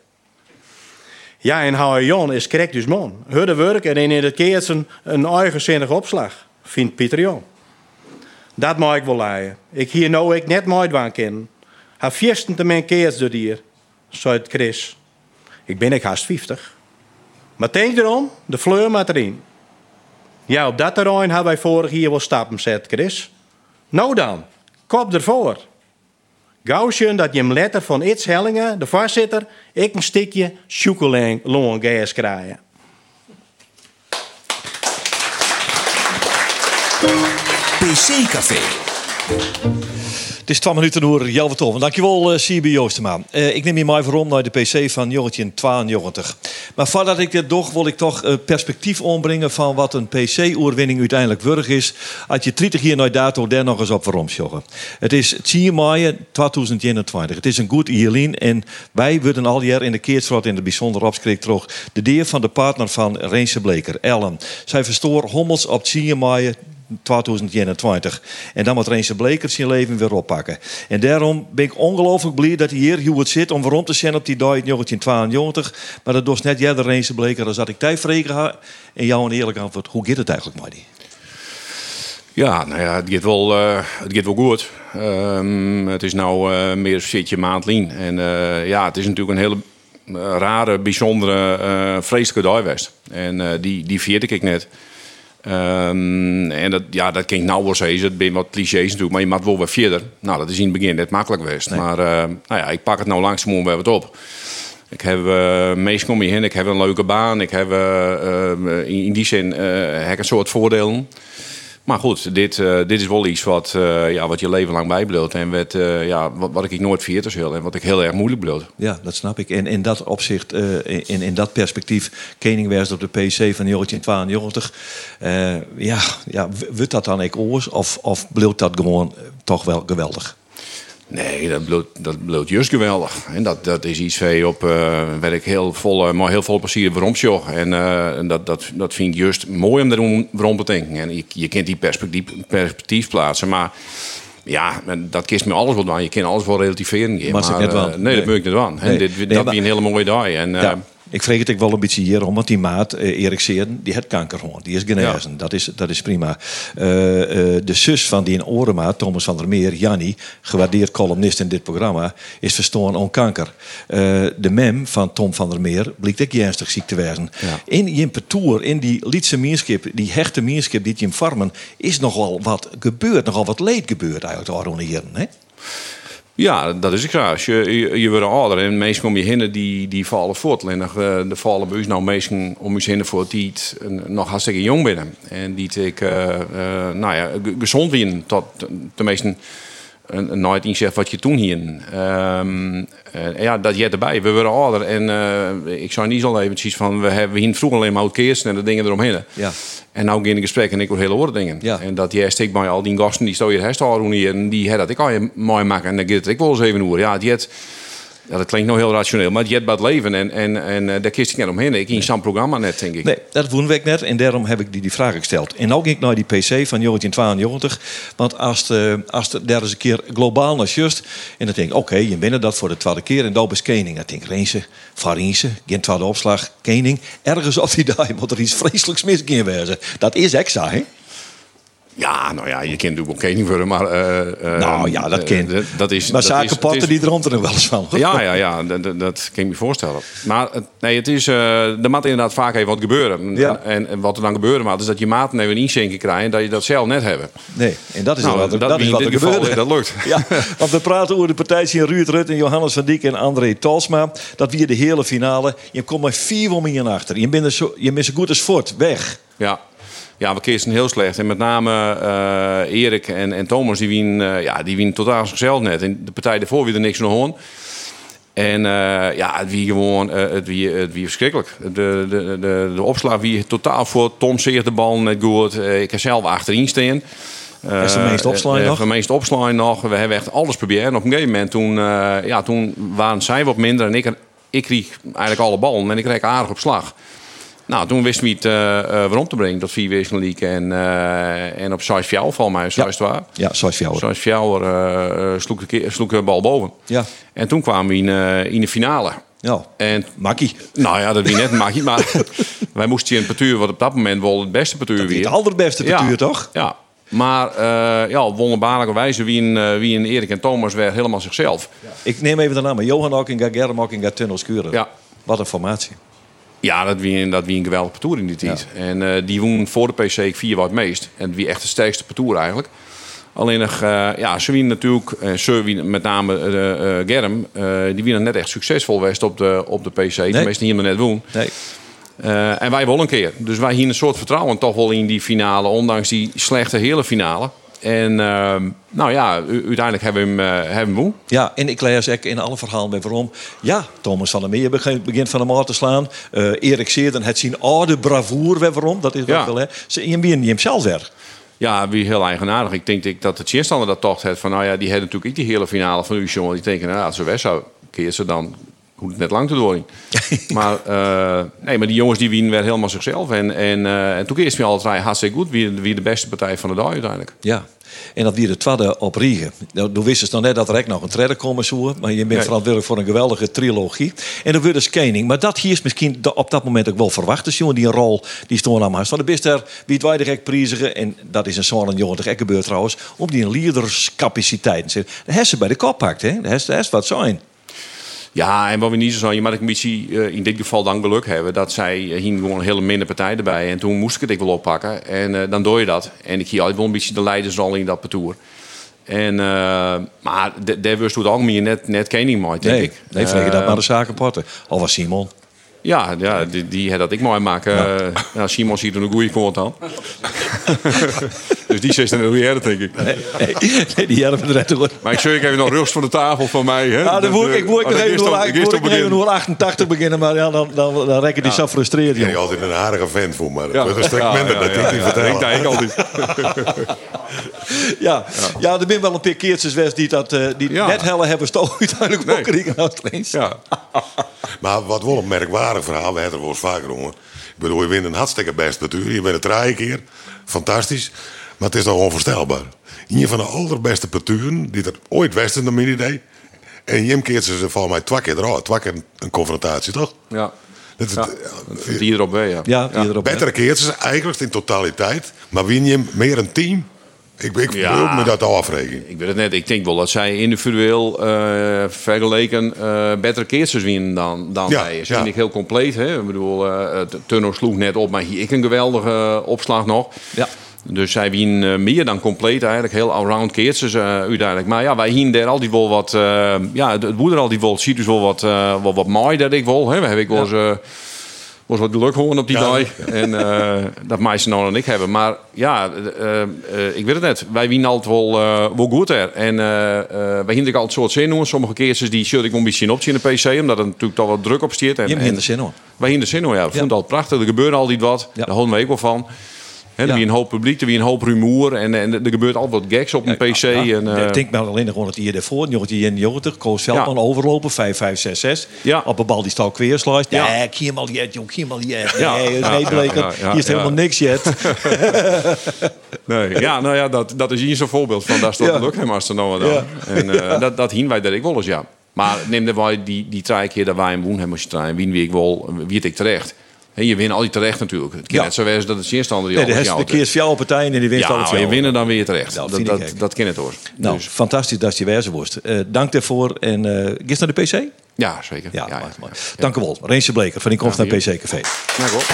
Ja, en Houwe Jon is correct dus man. Hudde werk en in het keert een eigenzinnige opslag, vindt Pieter Jon. Dat mag ik wel leiden. Ik hier nou ik net nooit waan kennen. Haar vierstente mijn keert door hier, zei Chris. Ik ben haast 50. Maar denk erom, de fleur moet erin. Ja, op dat terrein hebben wij vorig jaar wel stappen zet, Chris. Nou dan, kop ervoor. Gauw schön dat je hem letter van Its Hellingen, de voorzitter, ik een stukje chocolaan gas krijgen. PC Café. Het is 12 minuten door Jelver Tolman. Dankjewel, C.B. Joostema. Ik neem je maar voorom naar de PC van jongetje 92. Maar voordat ik dit doe, wil ik toch perspectief ombrengen van wat een PC-oorwinning uiteindelijk wurg is. Als je 30 jaar naar dato daar nog eens op waarom joggen. Het is 10 mei 2021. Het is een goed Ierlien en wij worden al jaar in de Keersvlot in de bijzonder opschrik terug. De deur van de partner van Reense Bleker, Ellen. Zij verstoor hommels op 10 mei 2021. En dan moet Reense Bleker zijn leven weer oppakken. En daarom ben ik ongelooflijk blij dat hij hier hoe het zit om waarom te zijn op die dag in 1992. Maar dat was net jij de Reense Bleker als dat ik tijd vregen had. En jou een eerlijk antwoord, hoe gaat het eigenlijk met die? Ja, nou ja, het gaat wel goed. Het is nou meer een zitje maand lien. En ja, het is natuurlijk een hele rare, bijzondere, vreselijke dag geweest. En die vierde ik net. En dat klinkt nou wel eens. Het zijn wat clichés natuurlijk, maar je moet wel weer verder. Nou, dat is in het begin net makkelijk geweest. Nee. Maar nou ja, ik pak het nou langzamerhand weer wat op. Ik heb meestal om je heen. Ik heb een leuke baan. Ik heb in die zin heb een soort voordelen. Maar goed, dit is wel iets wat je leven lang bijblijft. En wat ik nooit vergeet is en wat ik heel erg moeilijk bedoel. Ja, dat snap ik. En in dat opzicht, in dat perspectief, keningwijs op de PC van 1992. Wordt dat dan ook oors? Of bleef dat gewoon toch wel geweldig? Nee, dat bloot juist geweldig. En dat is iets waar ik heel vol plezier waarom zocht. En dat vind ik juist mooi om waarom te denken. En je kunt die perspectief plaatsen, maar ja, dat kiest me alles wat aan. Je kan alles wel relativeren. Maar dat moet ik niet aan. Nee. Dat is een hele mooie dag. En, ik vreeg het ook wel een beetje hierom, want die maat, Erik Seerden, die heeft kanker gewoon. Die is genezen. Ja. Dat is prima. De zus van die orenmaat, Thomas van der Meer, Jannie, gewaardeerd columnist in dit programma, is verstoorn aan kanker. De mem van Tom van der Meer blijkt ook ernstig ziek te wezen. Ja. In je petoer, in die Lietse mierskip, die hechte mierskip die je farmen, is nogal wat gebeurd, nogal wat leed gebeurd eigenlijk te organiseren, hè? Ja, dat is ik graag. Je wordt ouder en mensen om je heen die vallen voort. En de vallen bij ons nou mensen om je heen voor die nog hartstikke jong binnen. En die gezond zijn tot de meesten nooit inzegt wat je toen hier. Dat je erbij. We worden ouder en ik zou niet zo eventjes van we hebben vroeger alleen maar oud-keersen en de dingen eromheen. Ja. En nou ging ik gesprek en ik hoor hele oren dingen. Ja. En dat jij steekt bij al die gasten die stel je herstellen hier en die dat ik al je mooi maken en dan gaat het ik wel eens even uur. Ja, dat klinkt nog heel rationeel, maar het jet bij het leven en daar kies ik net omheen. Ik in zo'n programma net, denk ik. Nee, dat woon ik net en daarom heb ik die vraag gesteld. En nou ging ik naar die PC van 1992, want als daar eens een keer globaal naar just en dan denk ik, oké, je bent dat voor de tweede keer en dat is Kening. Dan denk ik, Reense, Variense, geen tweede opslag, Kening. Ergens op die dag moet er iets vreselijks misgaan wezen. Dat is extra, hè? Ja, nou ja, je kent natuurlijk ook Kening worden, maar... nou ja, dat kent. Maar zakenpotten die er wel eens van. Ja, dat kan ik me voorstellen. Maar het is... er moet inderdaad vaak even wat gebeuren. Ja. En wat er dan gebeuren moet, is dat je maten even een inzinking krijgen dat je dat zelf net hebben. Nee, en dat is wat er gebeurt. Dat lukt. Ja, want we praten over de partij in Ruud Rutte en Johannes van Dijk en André Talsma. Dat weer de hele finale. Je komt maar 4 om achter. Je bent zo goed als voort. Weg. Ja, we kiezen heel slecht. En met name Erik en Thomas, die winnen totaal zichzelf net. En de partij ervoor wie er niks nog hoor. En het wie gewoon, het wie verschrikkelijk. De opslag wie totaal voor Tom zeert de bal net goed. Ik heb zelf achterin staan. Is de meest opslaan nog? De meest opslaan nog. We hebben echt alles proberen. En op een gegeven moment toen waren zij wat minder. En ik kreeg eigenlijk alle ballen. En ik kreeg aardig op slag. Nou, toen wisten we het waarom te brengen tot 4 wisselingen en op 6-4 val mij. Ja, 6-4. 6-4 sloeg de bal boven. Ja. En toen kwamen we in de finale. Ja, en makkie. Nou ja, dat was net makkie, maar wij moesten een partuur wat op dat moment wel het beste partuur weer. Het allerbeste partuur, toch? Ja. Maar op wonderbaarlijke wijze wie in Erik en Thomas weer helemaal zichzelf. Ja. Ik neem even de namen. Johan Ockinga, Germ Ockinga, Tunnels Kuren. Ja. Wat een formatie. Ja, dat wie een geweldige parcours in die tijd. Ja. En die won voor de PC 4 wat meest. En wie echt de sterkste parcours eigenlijk. Alleen nog, ze wien natuurlijk, met name Germ, die wien net echt succesvol geweest op de PC. Nee. De meesten hier maar net woon. Nee. En wij wel een keer. Dus wij hier een soort vertrouwen toch wel in die finale, ondanks die slechte hele finale. En uiteindelijk hebben we hem woon. Ja, en ik lees ook in alle verhalen bij waarom. Ja, Thomas van der Meer begint van de maat te slaan. Erik Seerden het zien oude bravoer weer waarom. Dat is wel hè. Je bent hem zelf weer. Ja, wie heel eigenaardig. Ik denk dat de tegenstander dat toch heeft van, die hebben natuurlijk niet die hele finale van u, jongen. Die denken, als ze weg zou keer ze dan Hoe het net lang te doen. maar die jongens die winnen weer helemaal zichzelf. En toen eerst me altijd hartstikke goed. Wie de beste partij van de dag uiteindelijk. Ja. En dat weer de tweede op Riegen. Toen wisten ze nog net dat er echt nog een trailer komen zou. Maar je bent verantwoordelijk voor een geweldige trilogie. En dan wordt de scanning. Maar dat hier is misschien op dat moment ook wel verwacht. Dus jongen die een rol die stond aan maar. Van de beste er wie het weinig prijzigen. En dat is een zo'n jongen echt gebeurd trouwens. Om die leiderscapaciteit. Dat heeft ze bij de kop pakt. Hè? Dat is wat zijn. Ja, en wat we niet zo zijn, je mag een beetje in dit geval dan geluk hebben dat zij hier gewoon een hele minder partij erbij. En toen moest ik het wel oppakken. En dan doe je dat. En ik zie altijd wel een beetje de leidersrol in dat parcours. En, maar daar was het ook meer net kening mooi, denk ik. Nee, vreeg je dat maar de zakenpotten. Al was Simon. Ja, die had dat ik mooi maken. Simon ziet er een goede kant aan. Dus die zit er een goede denk ik. Nee, die hadden we eruit hoor. Maar ik zeg even nog rust van de tafel van mij. Hè? Ik moet nog even door 88 beginnen, maar ja, dan rekken die zo frustreerd. Ik ben altijd een aardige vent voor, maar dat is een stuk minder. Dat ik niet vertellen. Ik denk altijd. Ja, er zijn wel een paar keertjes geweest die net helle hebben stoot uiteindelijk ook kregen. Ja. Maar wat wel een merkwaardig verhaal, we hebben het wel eens vaker jongen. Ik bedoel, je wint een hartstikke best natuurlijk. Je bent het 3 keer. Fantastisch. Maar het is nog onvoorstelbaar. Een van de allerbeste parturen die er ooit Westen naar midden deed. En Jim keert ze volgens mij 2 keer eruit. 2 keer een confrontatie, toch? Ja. Die erop bij, ja. Betere keert ze eigenlijk in totaliteit. Maar win je meer een team? Ik wil me dat al afrekenen. Ik weet het net. Ik denk wel dat zij individueel vergeleken betere keerters winnen dan wij. Ze vind ik heel compleet. Hè? Ik bedoel, Turno sloeg net op, maar hier ik een geweldige opslag nog. Ja. Dus zij winnen meer dan compleet eigenlijk. Heel allround keerters uiteindelijk. Maar ja, wij hier daar altijd wel wat... het boer er altijd wel ziet dus wel wat mooi dat ik wil. Hè? We hebben wel eens... was wat geluk gewoon op die dag. En dat meisje nou en ik hebben. Maar ja, ik weet het net. Wij winnen altijd wel goed er. En wij hinden altijd soort zin. Sommige keertjes die zult ik wel een beetje op in de PC. Omdat er natuurlijk toch wat druk op stiert. Je hinder zin hoor. Wij hinder zin hoor, ja. We vonden het altijd prachtig. Er gebeurde altijd wat. Daar houden we ook wel van. Er wie een hoop publiek, er wie een hoop rumoer. En er gebeurt altijd wat gags op een PC. Ik denk maar alleen nog gewoon dat hij ervoor. Die in 90, Koos Veldman overlopen. 5-5-6-6. Ja. Op een bal die stal kweersluist. Ja, ik hier mal jet, jong. Hier mal jet. Nee, Bleker. Hier is helemaal niks jet. Nee, ja, nou ja, dat is hier zo'n voorbeeld van. Daar staat het ook helemaal nou wat aan. En dat hien wij dat ik wel eens, ja. Maar neem dat wij die 3 keer dat wij hem woen hebben draaien. Wie ik wel, wie het ik terecht. He, je wint altijd terecht natuurlijk. Het kan net zo wezen dat het eerstander die alles jouw. De keer is voor jouw partij en die wint altijd voor je winnen dan weer terecht. Dat kan het hoor. Nou, dus. Fantastisch dat je wezen wordt. Dank daarvoor. En gist naar de PC? Ja, zeker. Ja. Dank u wel. Rensje Bleker van die komst naar PC Café. Dank u wel.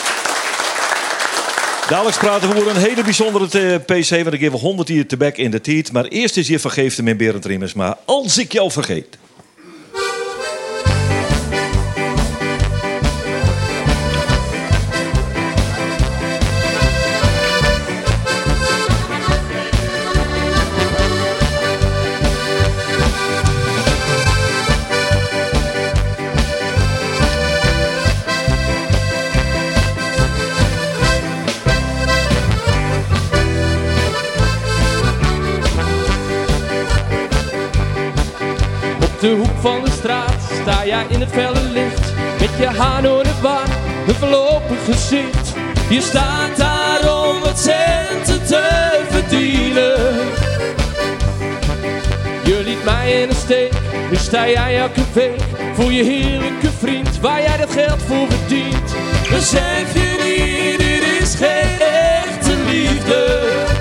Dadelijk praten we over een hele bijzondere PC. Want ik geef 100 jaar te back in de tijd. Maar eerst is je vergeeft hem in Berend Riemers. Maar als ik jou vergeet... de hoek van de straat sta jij in het felle licht. Met je haar door de war, een verlopen gezicht. Je staat daar om wat centen te verdienen. Je liet mij in de steek, nu sta jij elke week voor je heerlijke vriend, waar jij dat geld voor verdient. Besef je niet, dit is geen echte liefde.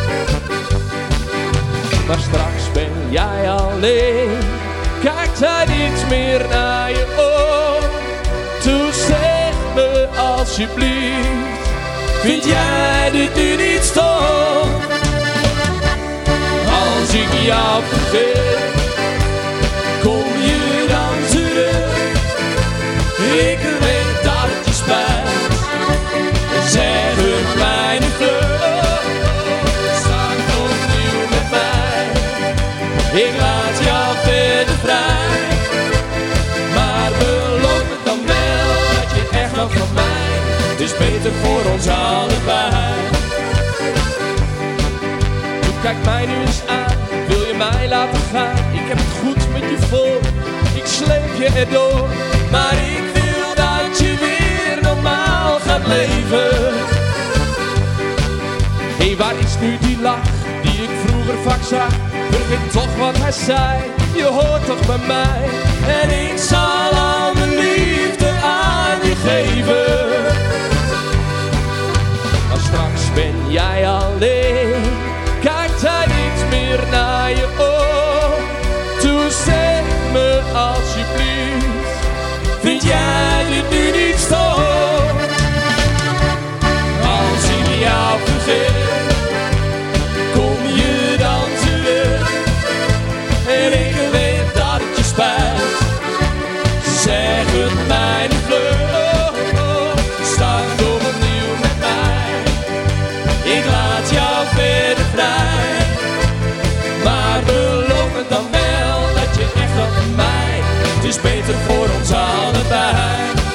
Maar straks ben jij alleen. Kijkt hij niet meer naar je oog. Toen zeg me alsjeblieft, vind jij dit nu niet stom? Als ik jou vergeet, kom je dan terug? Ik weet dat het je spijt. Zeg het mij niet vlug. Start opnieuw met mij. Ik laat jou verder vrij. Maar beloof me dan wel dat je echt houdt van mij. Het is beter voor ons allebei. Doe, kijk mij nu eens aan. Wil je mij laten gaan? Ik heb het goed met je voor. Ik sleep je erdoor. Maar ik wil dat je weer normaal gaat leven. Hé, waar is nu die lach die ik vroeger vaak zag? Vergeet toch wat hij zei, je hoort toch bij mij. En ik zal al mijn liefde aan je geven. Maar straks ben jij alleen, kijkt hij niet meer naar je oog. Toen zeg me alsjeblieft, vind jij dit nu niet stom? Als ik jou vergeet, kom je dan terug? En ik weet dat het je spijt, zeg het mij niet vlug. Start opnieuw met mij, ik laat jou verder vrij. Maar beloof me dan wel dat je echt wel van mij, het is beter voor ons allebei.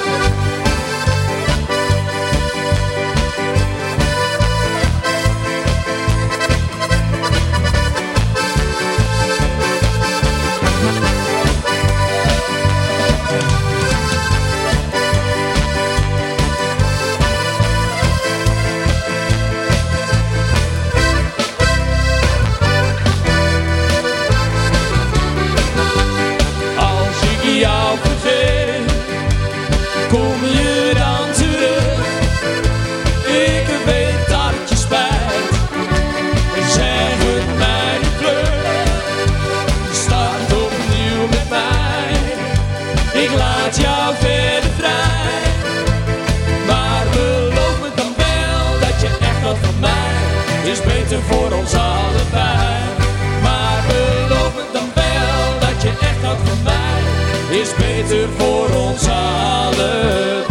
Jou vergeet, kom je dan terug? Ik weet dat het je spijt, zeg het mij niet vlug. Start opnieuw met mij, ik laat jou verder vrij. Maar beloof me dan wel dat je echt wat van mij, is beter voor ons allebei. Maar beloof me dan wel dat je echt wat van mij, is beter voor ons allebei.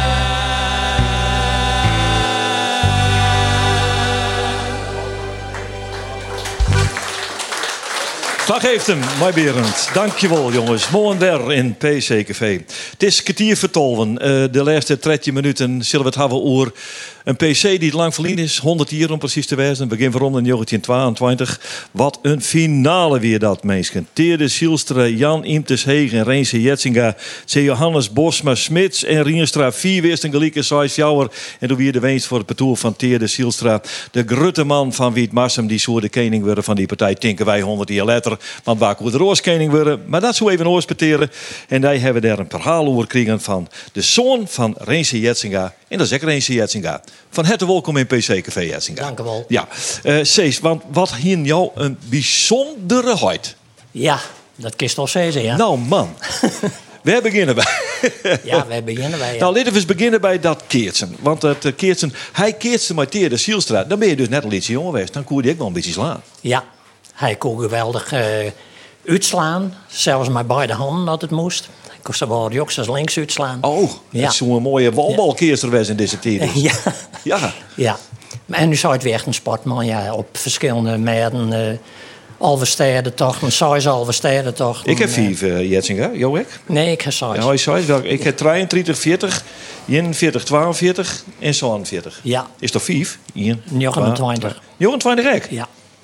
Slag heeft hem, Mai Berend. Dankjewel jongens. Mooi weer in PC-café. Het is kwartier vertolven. De laatste 13 minuten zullen we het hebben over een PC die het lang verliezen is. 100 jaar om precies te wezen. Begin van in 1922. Wat een finale weer dat, mensen. Teerde Zielstra, Jan Imtes Heeg en Reense Jetsinga. C. Johannes Bosma, Smits en Rienstra. 4 wist een gelijke 6 fjouwer. En toen weer de winst voor het parcours van Teerde Zielstra. De grutte man van Wiet Massem, die zo de koning worden van die partij. Tinken wij 100 jaar later. Want waar we de rooskoning worden. Maar dat zou even oorspeteren. En wij hebben daar een verhaal over gekregen van de zoon van Reense Jetsinga. En dat is ook Reense Jetsinga. Van harte welkom in PC-café Jetsinga. Dank u wel. Ja, Cees, want wat hier jou een bijzondere huid. Ja, dat kist al zeggen, ja. Nou man, waar beginnen wij? Ja, wij beginnen wij. Ja. Nou, laten we eens beginnen bij dat keertsen. Want het keertsen, hij keertste met Teerde Zielstra. Dan ben je dus net al iets jonger geweest. Dan kon je ook wel een beetje slaan. Ja, hij kon geweldig uitslaan. Zelfs met beide handen dat het moest. Ik kon ze wel joks als links uitslaan. Oh, ja. Dat is zo'n mooie walbalkeerster was in deze tijd. Ja. Ja. Ja. En nu zou het weer echt een sportman. Ja, op verschillende meiden. Alversteden toch, een 6 Alversteden toch. Ik heb 4 Jetsinga, jou ik? Nee, ik heb 6. Ja, 6. Ik heb 33, 40, 41, 42 en 47. Ja. Is toch 5? 29. 29 ek? Ja.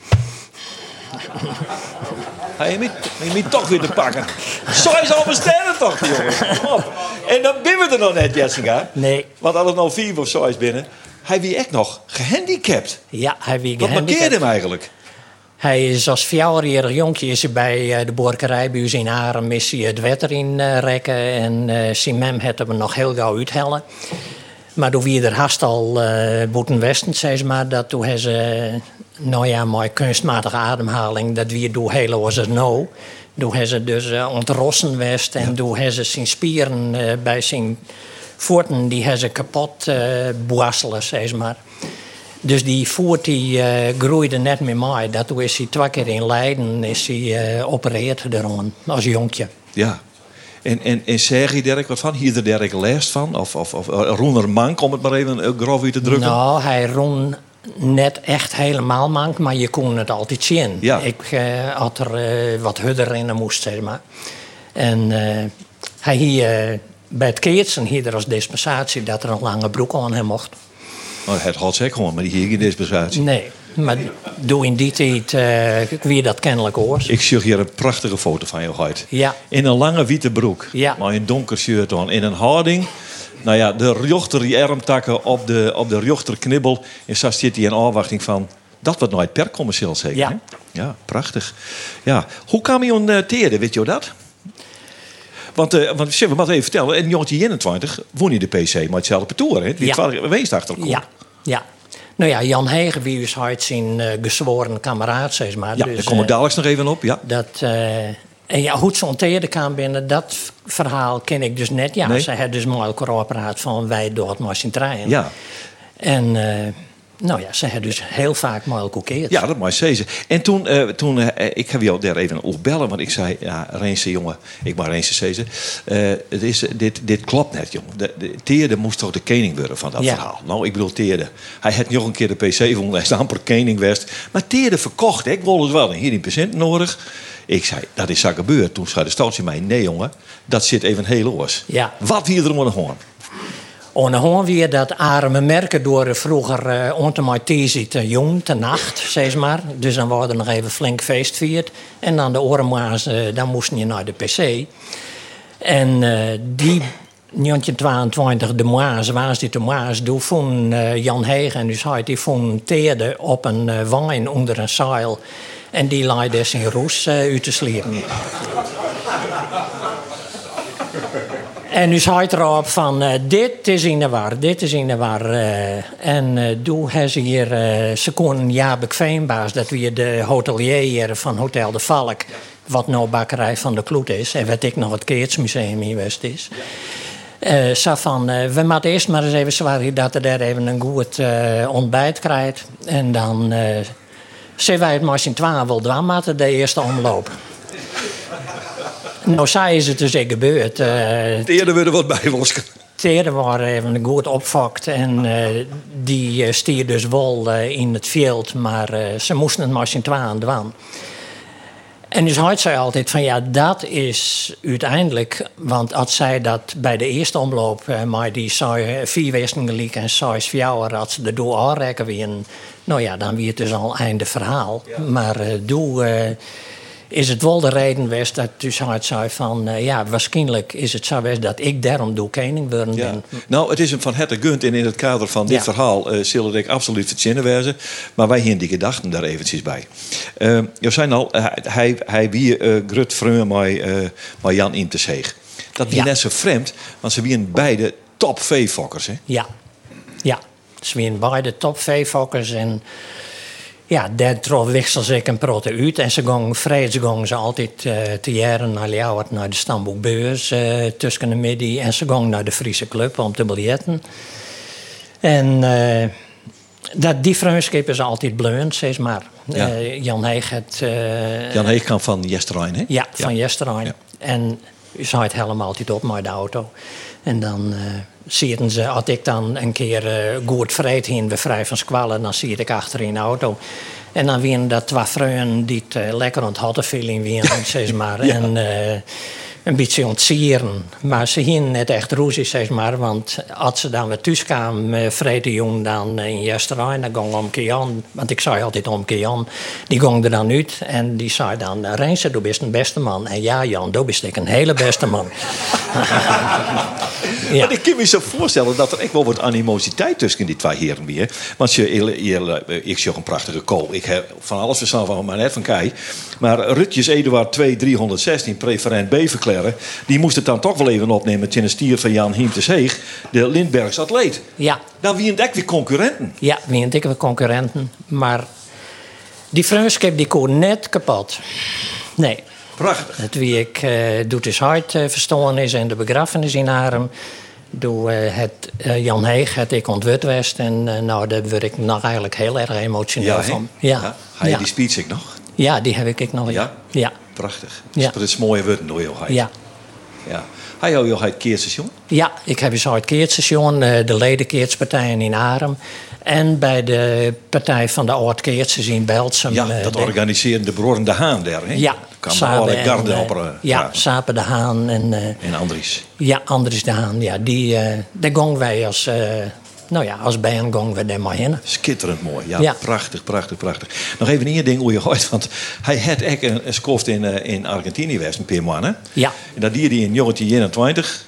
Je moet toch weer te pakken. 6 Alversteden toch, jongen. Kom op. En dan ben we er nog net, Jetsinga. Nee. Want als het nou 4 of 6 binnen. Hij wie echt nog gehandicapt. Ja, hij wie gehandicapt. Wat markeerde hem eigenlijk? Hij is als 4-jarig jonkje is hij bij de boerderij bij ons in Arem is hij het water in rekken. En zijn mem hebben we nog heel gauw uithellen. Maar toen wie er haast al boeten westen, zei ze maar, dat toen hebben ze, nou ja, mooi kunstmatige ademhaling, dat wie door heel was het nou. Toen hebben ze dus ontrossen west en toen hebben ze zijn spieren bij zijn voeten, die hebben ze kapot boasselen, zei ze maar. Dus die voet die groeide net meer mee. Daartoe is hij 2 keer in Leiden is hij opereerd erom, als jonkje. Ja. En zeg je Dirk wat van? Hier er Dirk last van? Of Roener mank, om het maar even grof uit te drukken? Nou, hij roen net echt helemaal mank, maar je kon het altijd zien. Ja. Ik had er wat hudder in moest, zeg maar. En hij hier bij het keertsen hier er als dispensatie dat er een lange broek aan hem mocht. Oh, het had ze gewoon, maar die hier geen dispensatie. Nee. Maar doe in die tijd wie dat kennelijk hoort. Ik zie hier een prachtige foto van jou uit. Ja. In een lange witte broek. Ja. Maar een donker shirt aan. In een houding. Nou ja, de rjochter die armtakken op de rjochterknibbel. En zo zit hij in afwachting van... Dat wordt nooit per commercieel zeker, Ja. hè? Ja, prachtig. Ja. Hoe kwam je aan Teerde, weet je dat? Want we moeten even vertellen. In 1921 won hij de PC, maar hetzelfde petoer, hè? Die wees achter elkaar. Ja. Nou ja, Jan Hegen, wie is uit zijn gezworen kameraad, zeg maar. Ja, dus, daar komen we dadelijk nog even op, ja. En ja, hoe het zo'n Teerde kwam binnen, dat verhaal ken ik dus net. Ja, Nee. ze hadden dus mooi praat van wij door het maar zijn trein. Ja. En nou ja, ze hebben dus heel vaak mooi kokeerd. Ja, dat mag je zeggen. En toen ik heb jou daar even op bellen, want ik zei, ja, Reense jongen, ik mag Reense zeggen, dit klopt net, jongen. De Teerde moest toch de koning worden van dat verhaal. Nou, ik bedoel Teerde. Hij had nog een keer de PC gevonden, hij is amper koning geweest. Maar Teerde verkocht, ik wilde het wel hier in patiënt nodig. Ik zei, dat is zo gebeurd. Toen zei de stoutje mij, nee jongen, dat zit even heel oors. Ja. Wat hier er om gewoon? En dan horen we dat arme merken door vroeger ontematisch te jong, te nacht, zeg maar. Dus dan wordt er nog even flink feest vierd. En dan de orenmaas, dan moesten je naar de PC. En die 1922, de Maas, was die de Maas, toen vond Jan Hegen en dus hij die vond Teerde op een wijn onder een zeil. En die leidde zijn roes uit te sliepen. En nu zei het erop van, dit is in de war, dit is in de war. En toen hebben ze hier, ze konden Jabek Veenbaas, dat weer de hotelier hier van Hotel de Valk, wat nou bakkerij van de Kloet is, en wat ik nog het Keertsmuseum in West is. Zo van, we moeten eerst maar eens even zorgen dat er daar even een goed ontbijt krijgt. En dan zijn wij het maar in 12 wel dwaan maken, de eerste omloop. Nou, zo is het dus ook gebeurd. Teerde werden wat bij was. Teerde waren even goed opvakt en die stier dus wel in het veld, maar ze moesten het maar in 12 dwaan. En dus had zij altijd van ja, dat is uiteindelijk, want als zij dat bij de eerste omloop, maar die zei 4 westen gelijk en 6 fjouwer, als ze erdoor aanrekken weer, nou ja, dan weer het dus al einde verhaal. Ja. Maar is het wel de reden geweest dat dus hij zei van ja, waarschijnlijk is het zo geweest dat ik daarom doe koning worden ben. Nou, het is een van Hette Gunt en in het kader van dit verhaal zullen ik absoluut verzinnen wezen. Maar wij hebben die gedachten daar eventjes bij. Je zei al, hij wie grut vreun met Jan Imteseeg. Dat wie net zo vreemd, want ze waren beide top V-fokkers, hè? Ja, ze waren beide top V-fokkers en ja, daar trof wissels ik een prote uit. En vrijdags gingen ze altijd te jaren naar Ljouwert, naar de Stamboekbeurs tussen de middag. En ze gingen naar de Friese Club om te biljetten. En die vriendschap is altijd bleund, zeg maar. Ja. Jan Heeg Jan Heeg kwam van Jesterijn, hè? Ja, van Jesterijn. Ja. En u zei het helemaal altijd op met de auto. En dan zitten ze, als ik dan een keer goed vreed heen, we vrij van squallen, dan zie ik achter in de auto. En dan winnen dat 2 vrienden die het lekker aan het hottenfeeling winnen, zeg maar. Ja. En een beetje ontsieren. Maar ze hingen net echt roezig, zeg maar. Want als ze dan weer thuis kwamen, vrede jong dan in Jesterijn, dan ging Omke Jan, want ik zei altijd Omke Jan, die ging er dan uit. En die zei dan, Reense, du bent een beste man. En ja, Jan, du bent een hele beste man. Ja. Maar ik kan me zo voorstellen dat er echt wel wat animositeit tussen die 2 heren weer. Want ik zie ook een prachtige kool. Ik heb van alles verstaan van maar net van Kei. Maar Rutjes Eduard 2316, preferent B verklaren, die moest het dan toch wel even opnemen in een stier van Jan Hiemteseeg, de Lindbergs atleet. Ja. Dan wie een weer concurrenten. Ja, wie een dikke concurrenten. Maar die vriendschap die kon net kapot. Nee. Prachtig. Het wie ik doet is hard verstoren is en de begrafenis in Arem. Door het Jan Heeg, het ik ontwut west. En nou, daar word ik nog eigenlijk heel erg emotioneel van. Ja. Ga je die speech ik nog? Ja, die heb ik nog. Ja. Prachtig. Ja. Dat is mooie woorden door jou. Ja. Hij jou heel het keerstation? Ja, ik heb eens het keerstation, de ledenkeerspartijen in Arem. En bij de partij van de Oud-Keertsers in Belsum. Ja, dat organiseren de broeren De Haan daar, hè? Ja. Sapen Sapen De Haan. En Andries. Ja, Andries De Haan. Ja, daar gingen wij als nou ja, als band gingen we daar maar heen. Schitterend mooi. Ja, Ja. prachtig, prachtig, prachtig. Nog even één ding hoe je hoort. Want hij had echt een skoft in Argentinië geweest, een paar maanden. Ja. En dat die in 1921.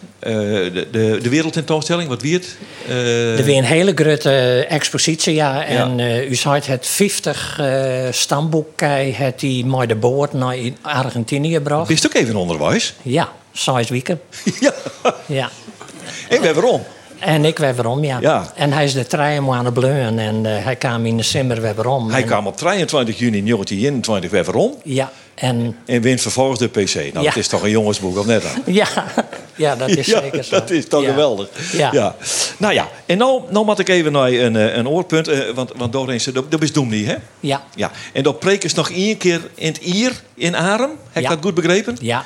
De wereldtentoonstelling, wat wie het? Er weer een hele grote expositie, ja. En u zei het 50 stamboek het die met de boot naar Argentinië gebracht. Is het ook even onderwijs? Ja, 6 weken. Ja. Ja. En waarom? En ik weer waarom, ja. Ja. En hij is de trein aan het bleun en hij kwam in december weer waarom. Hij kwam op 23 juni 1921 weer waarom? Ja. En wint vervolgens de PC. Nou, Ja. dat is toch een jongensboek, of net dan? ja, dat is Ja, zeker zo. dat is toch Ja. geweldig. Ja. Nou ja, en nou moet ik even naar een oorpunt. Want Doreen, dat is Doemnie, hè? Ja. Ja. En dat preken ze nog één keer in het Ier in Arem. Heb ik Ja. dat goed begrepen? Ja.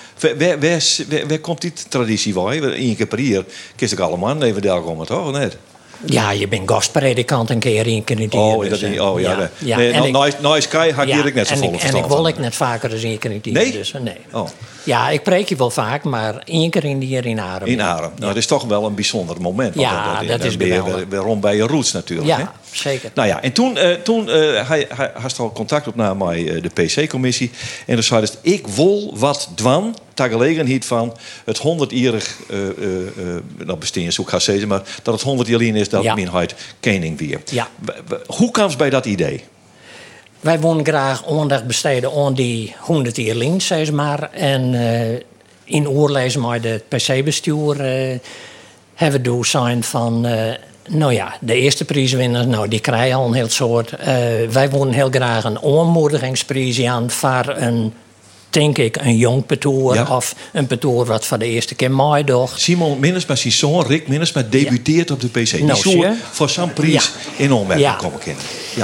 Waar komt die traditie van? Eén keer per jaar kist ik allemaal even daar komen, toch? Of net? Ja, je bent gastpredikant een keer in keer. Oh, dat niet. Oh, ja. Ja. Nee, En ik- nou, Sky had ik net zo vol en verstand ik wil van. ik net vaker dan één keer in die Nee? Dus, nee. Oh. Ja, ik preek je wel vaak, maar één keer in die jaar in Arem. In Arem. Nou, dat is toch wel een bijzonder moment. want Ja, dat is ben je geweldig. weer rond bij je roots natuurlijk. Ja, hè? zeker. Nou ja, en toen hij had al contact op naar de PC-commissie. En toen zei hij, ik wil wat dwan ter gelegenheid van het 100-jarig dat bestaan, zo ik ga zeggen, maar dat het 100 jaar is dat Ja. mijn huid kening weer. Ja. Hoe kwam ze bij dat idee? Wij willen graag aandacht besteden aan die 100 jaar lijn, zeg maar. En in oorlees met het PC-bestuur hebben we door zijn van... nou ja, de eerste prijswinners, nou, die krijgen al een heel soort. Wij willen heel graag een aanmoedigingsprijs aan voor een, denk ik, een jong petoer. Ja. Of een petoer wat voor de eerste keer meedoet. Simon Minnesma, zijn zoon Rick Minnesma, debuteert op de PC. Die Nou, zou zie je? voor zo'n prijs in onmerking Ja. komen kennen. Ja.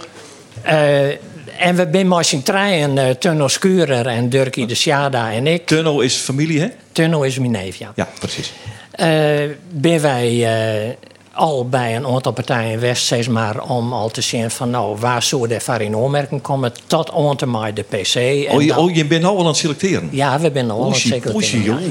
En we zijn met z'n tweeën, Tunno Skurer en Dirkie de Sjada en ik. Tunno is familie, hè? Tunno is mijn neef, ja. Ja, precies. Ben wij al bij een aantal partijen West, zeg maar, om al te zien van, nou, waar zou er voor in aanmerking komen tot aan te maken de PC. En Je bent nou al aan het selecteren? Ja, we zijn al aan het selecteren.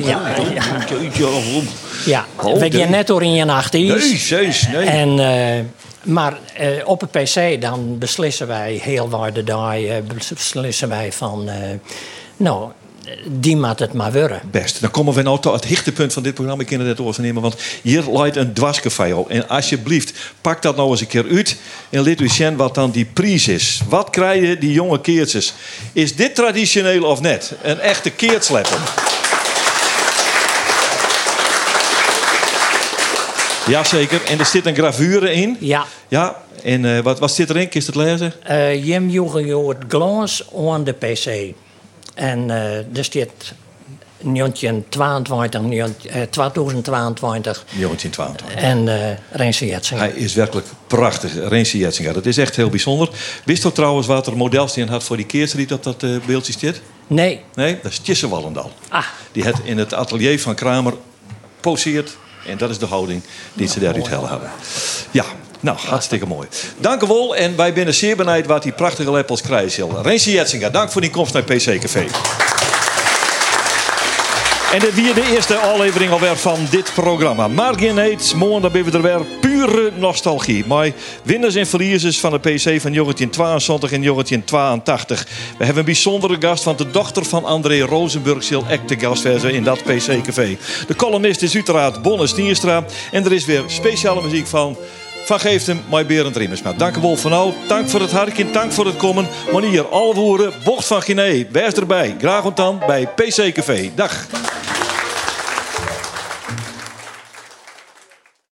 Ja, we gaan net door in je nacht is. Nee. En, maar op een PC dan beslissen wij heel waar de dag, beslissen wij van, nou, die moet het maar worden. Best. Dan komen we nou tot het hichtepunt van dit programma. Ik kan het overnemen, want hier leidt een dwarscafé op. En alsjeblieft, pak dat nou eens een keer uit en laat u zien wat dan die prijs is. Wat krijgen die jonge keertjes? Is dit traditioneel of net? Een echte keertslepper. Jazeker. En er zit een gravure in. Ja. Ja. En wat zit erin? Kun je het lezen? Jim joeg het glans aan de PC. En er staat 2022. 1922. En Renze Jetsinga. Hij is werkelijk prachtig, Renze Jetsinga. Dat is echt heel bijzonder. Wist u trouwens wat er modelsteen had voor die keertje die op dat beeldje zit? Nee. Nee, dat is Tjesse Wallendal. Ah. Die het in het atelier van Kramer poseert. En dat is de houding die ze daaruit hebben. Ja, nou, hartstikke mooi. Dank u wel. En wij zijn zeer benieuwd wat die prachtige lepels krijgen. Renze Jetsinga, dank voor die komst naar PC Café. En dit weer de eerste aflevering alweer van dit programma. Maar geen eet, morgen dan ben we er weer pure nostalgie. Maar winners en verliezers van de PC van 1972 en 1982. We hebben een bijzondere gast, want de dochter van André Rosenburg zal echt de gast zijn in dat PC Café. De columnist is uiteraard Bonne Stierstra. En er is weer speciale muziek van Geeftem, mijn Berend Riemersma. Dank u wel voor nou. Dank voor het hartje, dank voor het komen. Manier, Alvoeren, Bocht van Guinea. Wees erbij. Graag ontdaan bij PC Café. Dag.